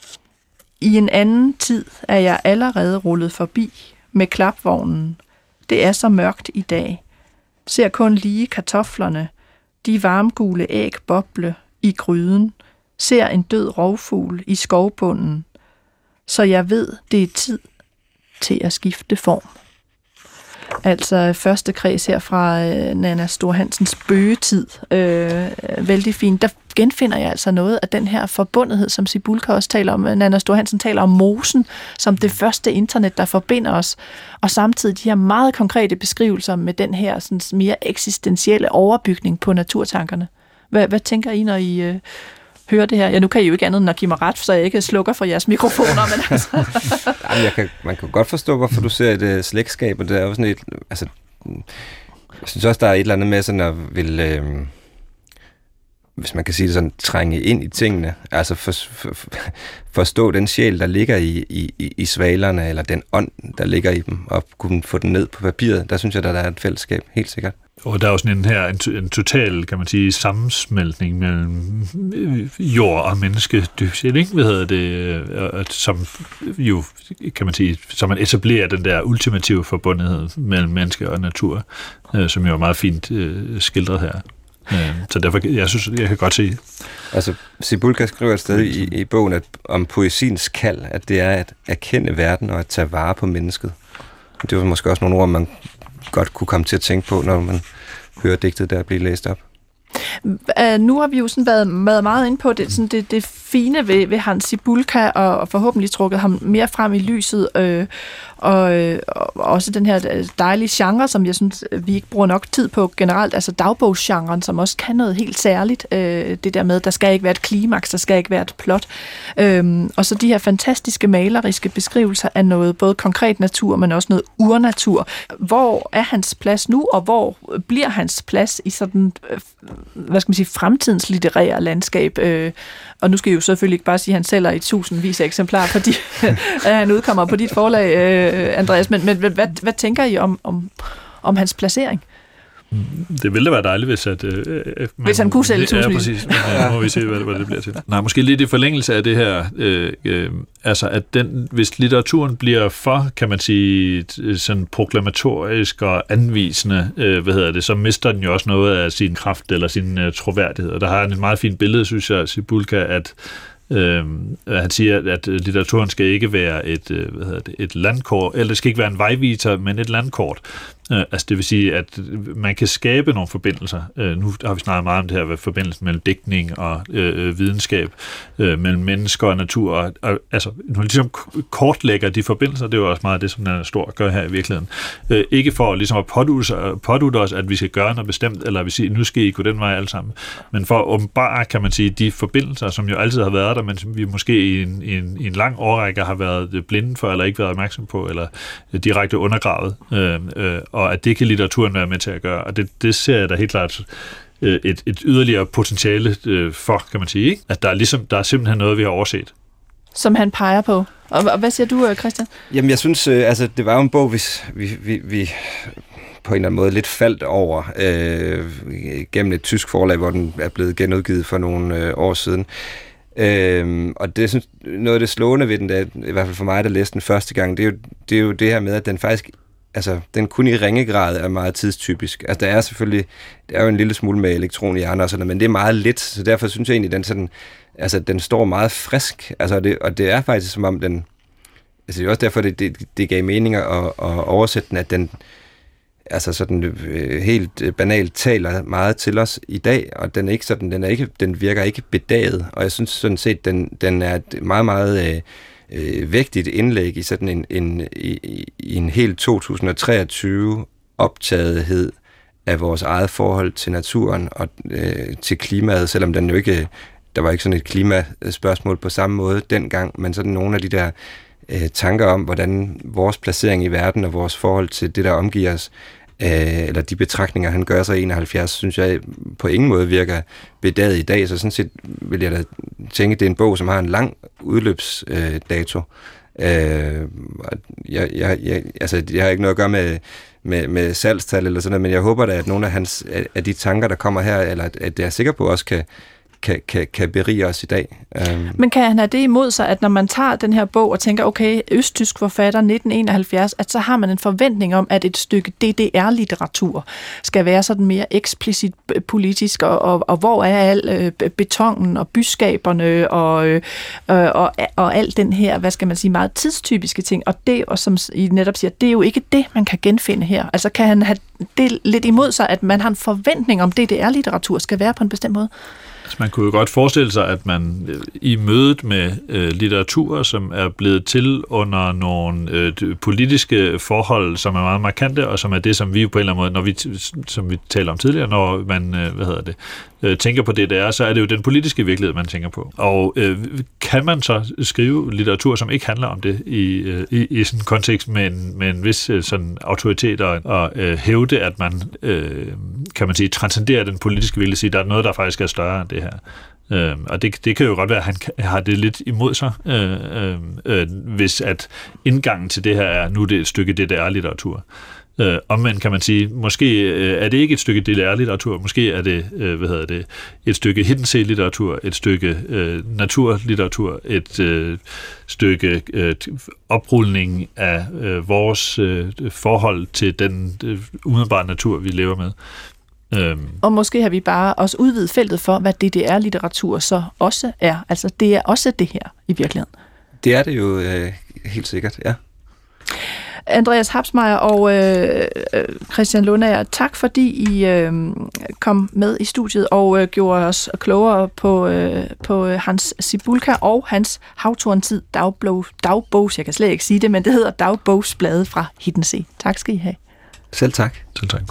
I en anden tid er jeg allerede rullet forbi med klapvognen. Det er så mørkt i dag. Ser kun lige kartoflerne, de varmgule æg boble i gryden. Ser en død rovfugl i skovbunden. Så jeg ved, det er tid til at skifte form. Altså første kreds her fra øh, Nanna Storhansens Bøgetid. Øh, vældig fint. Der genfinder jeg altså noget af den her forbundethed, som Cibulka også taler om. Nanna Storhansen taler om mosen som det første internet, der forbinder os. Og samtidig de her meget konkrete beskrivelser med den her sådan, mere eksistentielle overbygning på naturtankerne. Hvad, hvad tænker I, når I øh, hører det her? Ja, nu kan I jo ikke andet end at give mig ret, så jeg ikke slukker for jeres mikrofoner. Men altså. Jamen, jeg kan, man kan godt forstå, hvorfor du ser et uh, slægtskab, og det er jo sådan et... Altså, jeg synes også, der er et eller andet med sådan at vil... Øh, hvis man kan sige det sådan, trænge ind i tingene, altså for, for, for, forstå den sjæl, der ligger i, i, i svalerne, eller den ånd, der ligger i dem, og kunne få den ned på papiret, der synes jeg, der er et fællesskab, helt sikkert. Og der er jo sådan en her, en, en total, kan man sige, sammensmeltning mellem jord og menneske, dybest, ikke? Hvad hedder det, som jo, kan man sige, som man etablerer den der ultimative forbundethed mellem menneske og natur, som jo er meget fint skildret her. Så derfor, jeg synes, jeg kan godt se. Altså, Cibulka skriver et sted i, i bogen at, om poesiens kald, at det er at erkende verden og at tage vare på mennesket. Det var måske også nogle ord, man godt kunne komme til at tænke på, når man hører digtet der blive læst op. Uh, nu har vi jo sådan været, været meget inde på det, sådan det, det fine ved, ved Hans Cibulka, og, og forhåbentlig trukket ham mere frem i lyset, øh, og, øh, og også den her dejlige genre, som jeg synes, vi ikke bruger nok tid på generelt, altså dagbogsgenren, som også kan noget helt særligt, øh, det der med, der skal ikke være et klimaks, der skal ikke være et plot, øh, og så de her fantastiske maleriske beskrivelser af noget, både konkret natur, men også noget urnatur. Hvor er hans plads nu, og hvor bliver hans plads i sådan, øh, hvad skal man sige, fremtidens litterære landskab? Øh, og nu skal jeg jo selvfølgelig ikke bare sige, at han sælger i tusindvis af eksemplarer, fordi at han udkommer på dit forlag, øh, Andreas, men, men hvad, hvad tænker I om, om, om hans placering? Det ville da være dejligt, hvis, at, øh, man, hvis han kunne sælge tusindvis. Ja, præcis. Men, øh, må vi se, hvad, hvad det bliver til. Nej, måske lidt i forlængelse af det her, øh, øh, altså at den, hvis litteraturen bliver for, kan man sige, sådan proklamatorisk og anvisende, øh, hvad hedder det, så mister den jo også noget af sin kraft eller sin øh, troværdighed. Og der har han et meget fint billede, synes jeg, Cibulka, at Øh, han siger, at litteraturen skal ikke være et, hvad hedder det, et landkort, eller det skal ikke være en vejviser, men et landkort. Øh, altså det vil sige, at man kan skabe nogle forbindelser. Øh, nu har vi snakket meget om det her med forbindelsen mellem digtning og øh, videnskab, øh, mellem mennesker og natur. Og, og, altså, når man ligesom kortlægger de forbindelser, det er jo også meget det, som den er stor at gøre her i virkeligheden. Øh, ikke for ligesom at pådutte os, at vi skal gøre noget bestemt, eller vi siger, nu skal I gå den vej alle sammen, men for at åbenbare, kan man sige, de forbindelser, som jo altid har været der, men som vi måske i en, i en, i en lang årrække har været blinde for, eller ikke været opmærksom på, eller direkte undergravet, øh, øh, og at det kan litteraturen være med til at gøre. Og det, det ser jeg da helt klart øh, et, et yderligere potentiale øh, for, kan man sige, ikke? At der er, ligesom, der er simpelthen noget, vi har overset. Som han peger på. Og, og hvad siger du, Christian? Jamen, jeg synes, øh, altså, det var jo en bog, hvis vi, vi, vi på en eller anden måde lidt faldt over øh, gennem et tysk forlag, hvor den er blevet genudgivet for nogle øh, år siden. Øhm, og det synes, noget af det slående ved den, der, i hvert fald for mig, der læste den første gang, det er, jo, det er jo det her med, at den faktisk, altså, den kun i ringe grad er meget tidstypisk. Altså, der er selvfølgelig, der er jo en lille smule med elektron i hjernen og sådan noget, men det er meget lidt, så derfor synes jeg egentlig, den sådan, altså, den står meget frisk, altså, det, og det er faktisk som om den, altså, det er også derfor, det, det, det gav mening at, at oversætte den, at den, altså sådan øh, helt banalt taler meget til os i dag, og den er ikke sådan, den er ikke, den virker ikke bedaget, og jeg synes sådan set, den, den er et meget, meget øh, vægtigt indlæg i sådan en, en, i, i en helt to tusind og treogtyve optagethed af vores eget forhold til naturen og øh, til klimaet, selvom den jo ikke, der var ikke sådan et klimaspørgsmål på samme måde dengang, men sådan nogle af de der øh, tanker om, hvordan vores placering i verden og vores forhold til det, der omgiver os, øh, eller de betragtninger, han gør sig i enoghalvfjerds, synes jeg på ingen måde virker bedaget i dag, så sådan set vil jeg da tænke, at det er en bog, som har en lang udløbsdato. Øh, jeg, jeg, jeg, altså, jeg har ikke noget at gøre med med, med salgstal eller sådan noget, men jeg håber da, at nogle af, hans, af de tanker, der kommer her, eller at, at jeg er sikker på, også kan, kan, kan, kan berige os i dag. Um. Men kan han have det imod sig, at når man tager den her bog og tænker, okay, østtysk forfatter nitten enoghalvfjerds, at så har man en forventning om, at et stykke D D R-litteratur skal være sådan mere eksplicit politisk, og, og, og hvor er al øh, betongen og byskaberne og, øh, og, og alt den her, hvad skal man sige, meget tidstypiske ting, og det, og som I netop siger, det er jo ikke det, man kan genfinde her. Altså kan han have det lidt imod sig, at man har en forventning om, D D R-litteratur skal være på en bestemt måde? Man kunne jo godt forestille sig, at man i mødet med øh, litteratur, som er blevet til under nogle øh, politiske forhold, som er meget markante, og som er det, som vi på en eller anden måde, når vi, som vi taler om tidligere, når man, øh, hvad hedder det, øh, tænker på det, der er, så er det jo den politiske virkelighed, man tænker på. Og øh, kan man så skrive litteratur, som ikke handler om det i, øh, i, i sådan en kontekst med en, med en vis øh, sådan autoritet og, og øh, hævde, at man øh, kan man sige, transcendere den politiske vilje, sige, der er noget, der faktisk er større end det her. Øh, og det, det kan jo godt være, at han har det lidt imod sig, øh, øh, øh, hvis at indgangen til det her er, nu er det et stykke D D R-litteratur. Øh, omvendt kan man sige, måske øh, er det ikke et stykke D D R-litteratur, måske er det, øh, hvad hedder det, et stykke hidden sea-litteratur, et stykke øh, naturlitteratur, et øh, stykke øh, oprulning af øh, vores øh, forhold til den øh, umiddelbare natur, vi lever med. Øhm. Og måske har vi bare også udvidet feltet for, hvad D D R-litteratur så også er. Altså, det er også det her i virkeligheden. Det er det jo øh, helt sikkert, ja. Andreas Hapsmeyer og øh, Christian Lundager, tak fordi I øh, kom med i studiet og øh, gjorde os klogere på, øh, på Hans Cibulka og hans Havtorntid dagbog, dagbogs, jeg kan slet ikke sige det, men det hedder Dagbogsblade fra Hidden Sea. Tak skal I have. Selv tak. Selv tak.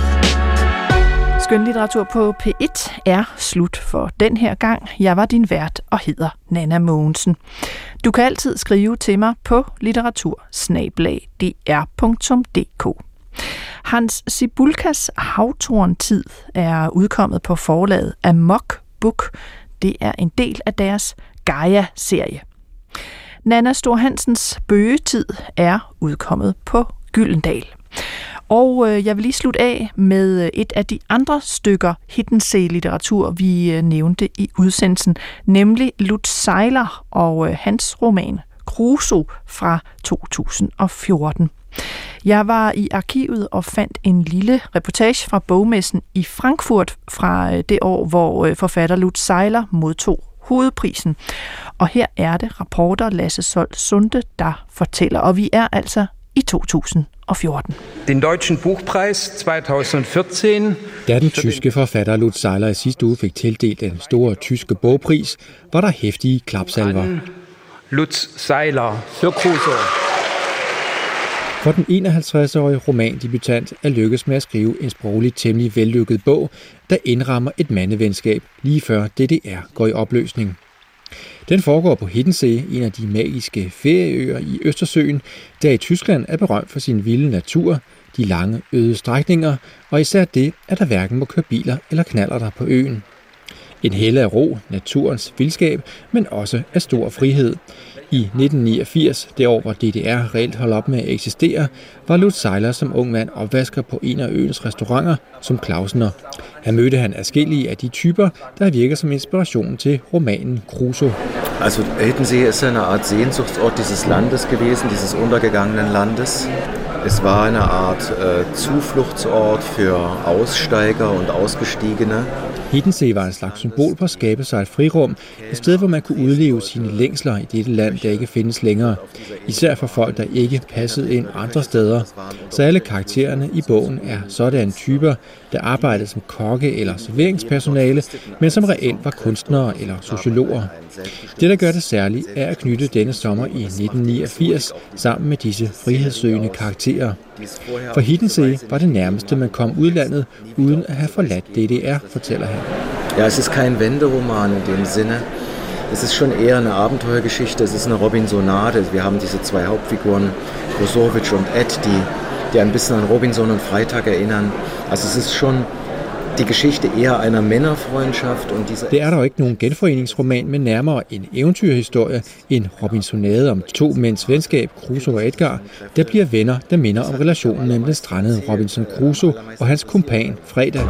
Skønlitteratur på P et er slut for den her gang. Jeg var din vært og hedder Nanna Mogensen. Du kan altid skrive til mig på litteratur bindestreg d r punktum d k. Hans Cibulkas Havtorntid er udkommet på forlaget Amok Book. Det er en del af deres Gaia-serie. Nanna Storhansens Bøgetid er udkommet på Gyldendal. Og øh, jeg vil lige slutte af med et af de andre stykker Hidden Sea-litteratur, vi øh, nævnte i udsendelsen, nemlig Lutz Seiler og øh, hans roman Crusoe fra to tusind og fjorten. Jeg var i arkivet og fandt en lille reportage fra bogmessen i Frankfurt fra øh, det år, hvor øh, forfatter Lutz Seiler modtog hovedprisen. Og her er det reporter Lasse Solt Sunde, der fortæller, og vi er altså i to tusind og fjorten. Den Deutschen Buchpreis tyve fjorten. Da den tyske forfatter Lutz Seiler i sidste uge fik tildelt den store tyske bogpris, var der heftige klapsalver. Lutz Seiler for Crusoe. For den enoghalvtreds-årige romandebutant er lykkes med at skrive en sprogligt temmelig vellykket bog, der indrammer et mandevenskab lige før D D R går i opløsning. Den foregår på Hidden Sea, en af de magiske ferieøer i Østersøen, der i Tyskland er berømt for sin vilde natur, de lange øde strækninger, og især det, at der hverken må køre biler eller knallerter på øen. En helle af ro, naturens vildskab, men også af stor frihed. I nitten niogfirs, det år hvor D D R reelt holdt op med at eksistere, var Lutz Seiler som ung mand opvasker på en af øens restauranter som Clausener. Her mødte han adskillige af de typer, der virker som inspiration til romanen Crusoe. Also Hiddensee ist eine Art Sehnsuchtsort dieses Landes gewesen, dieses untergegangenen Landes. Es war eine Art äh, Zufluchtsort für Aussteiger und Ausgestiegene. Hidden Sea var en slags symbol på at skabe sig et frirum, et sted, hvor man kunne udleve sine længsler i dette land, der ikke findes længere. Især for folk, der ikke passede ind andre steder. Så alle karaktererne i bogen er sådan typer, der arbejdede som kokke eller serveringspersonale, men som reelt var kunstnere eller sociologer. Det, der gør det særligt, er at knytte denne sommer i nitten niogfirs sammen med disse frihedssøgende karakterer. For Hidden Sea var det nærmeste, man kom udlandet, uden at have forladt D D R, fortæller han. Ja, es ist kein Wenderoman in dem Sinne. Es ist schon eher eine Abenteuergeschichte, es ist eine Robinsonade. Wir haben diese zwei Hauptfiguren, Brozovic und Ed, die, die ein bisschen an Robinson und Freitag erinnern. Also es ist schon die Geschichte eher einer Männerfreundschaft und diese. Det er der ikke nogen genforeningsroman, men nærmere en eventyrhistorie, en Robinsonade om to mænds venskab, Crusoe og Edgar, der bliver venner, der minder om relationen mellem den strandede Robinson Crusoe og hans kumpan Fredag.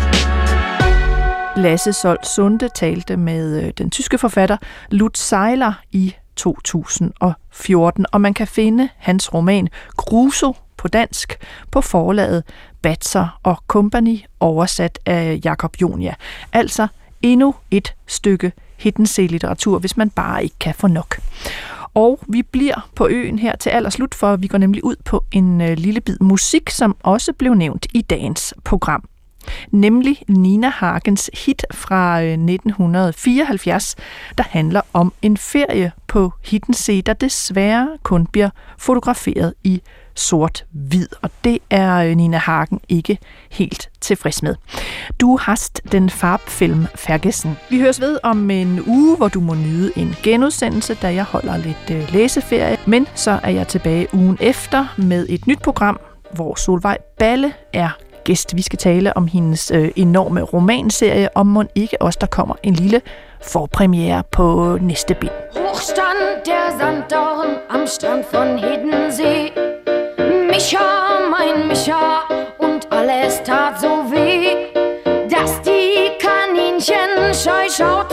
Lasse Solt Sunde talte med den tyske forfatter Lutz Seiler i to tusind og fjorten, og man kan finde hans roman Crusoe på dansk på forlaget Batzer og Company, oversat af Jakob Jonia. Altså endnu et stykke Hidden Sea-litteratur, hvis man bare ikke kan få nok. Og vi bliver på øen her til allerslut, for vi går nemlig ud på en øh, lille bid musik, som også blev nævnt i dagens program. Nemlig Nina Hagens hit fra øh, nitten fireoghalvfjerds, der handler om en ferie på Hidden Sea, der desværre kun bliver fotograferet i sort-hvid, og det er Nina Hagen ikke helt tilfreds med. Du hast den Farbfilm vergessen. Vi høres ved om en uge, hvor du må nyde en genudsendelse, da jeg holder lidt læseferie, men så er jeg tilbage ugen efter med et nyt program, hvor Solvej Balle er gæst. Vi skal tale om hendes øh, enorme romanserie, om mon ikke også der kommer en lille forpremiere på næste bind. Hoch stand der Sanddorn am Strand von Hiddensee. Micha, mein Micha, und alles tat so weh, dass die Kaninchen scheu schauten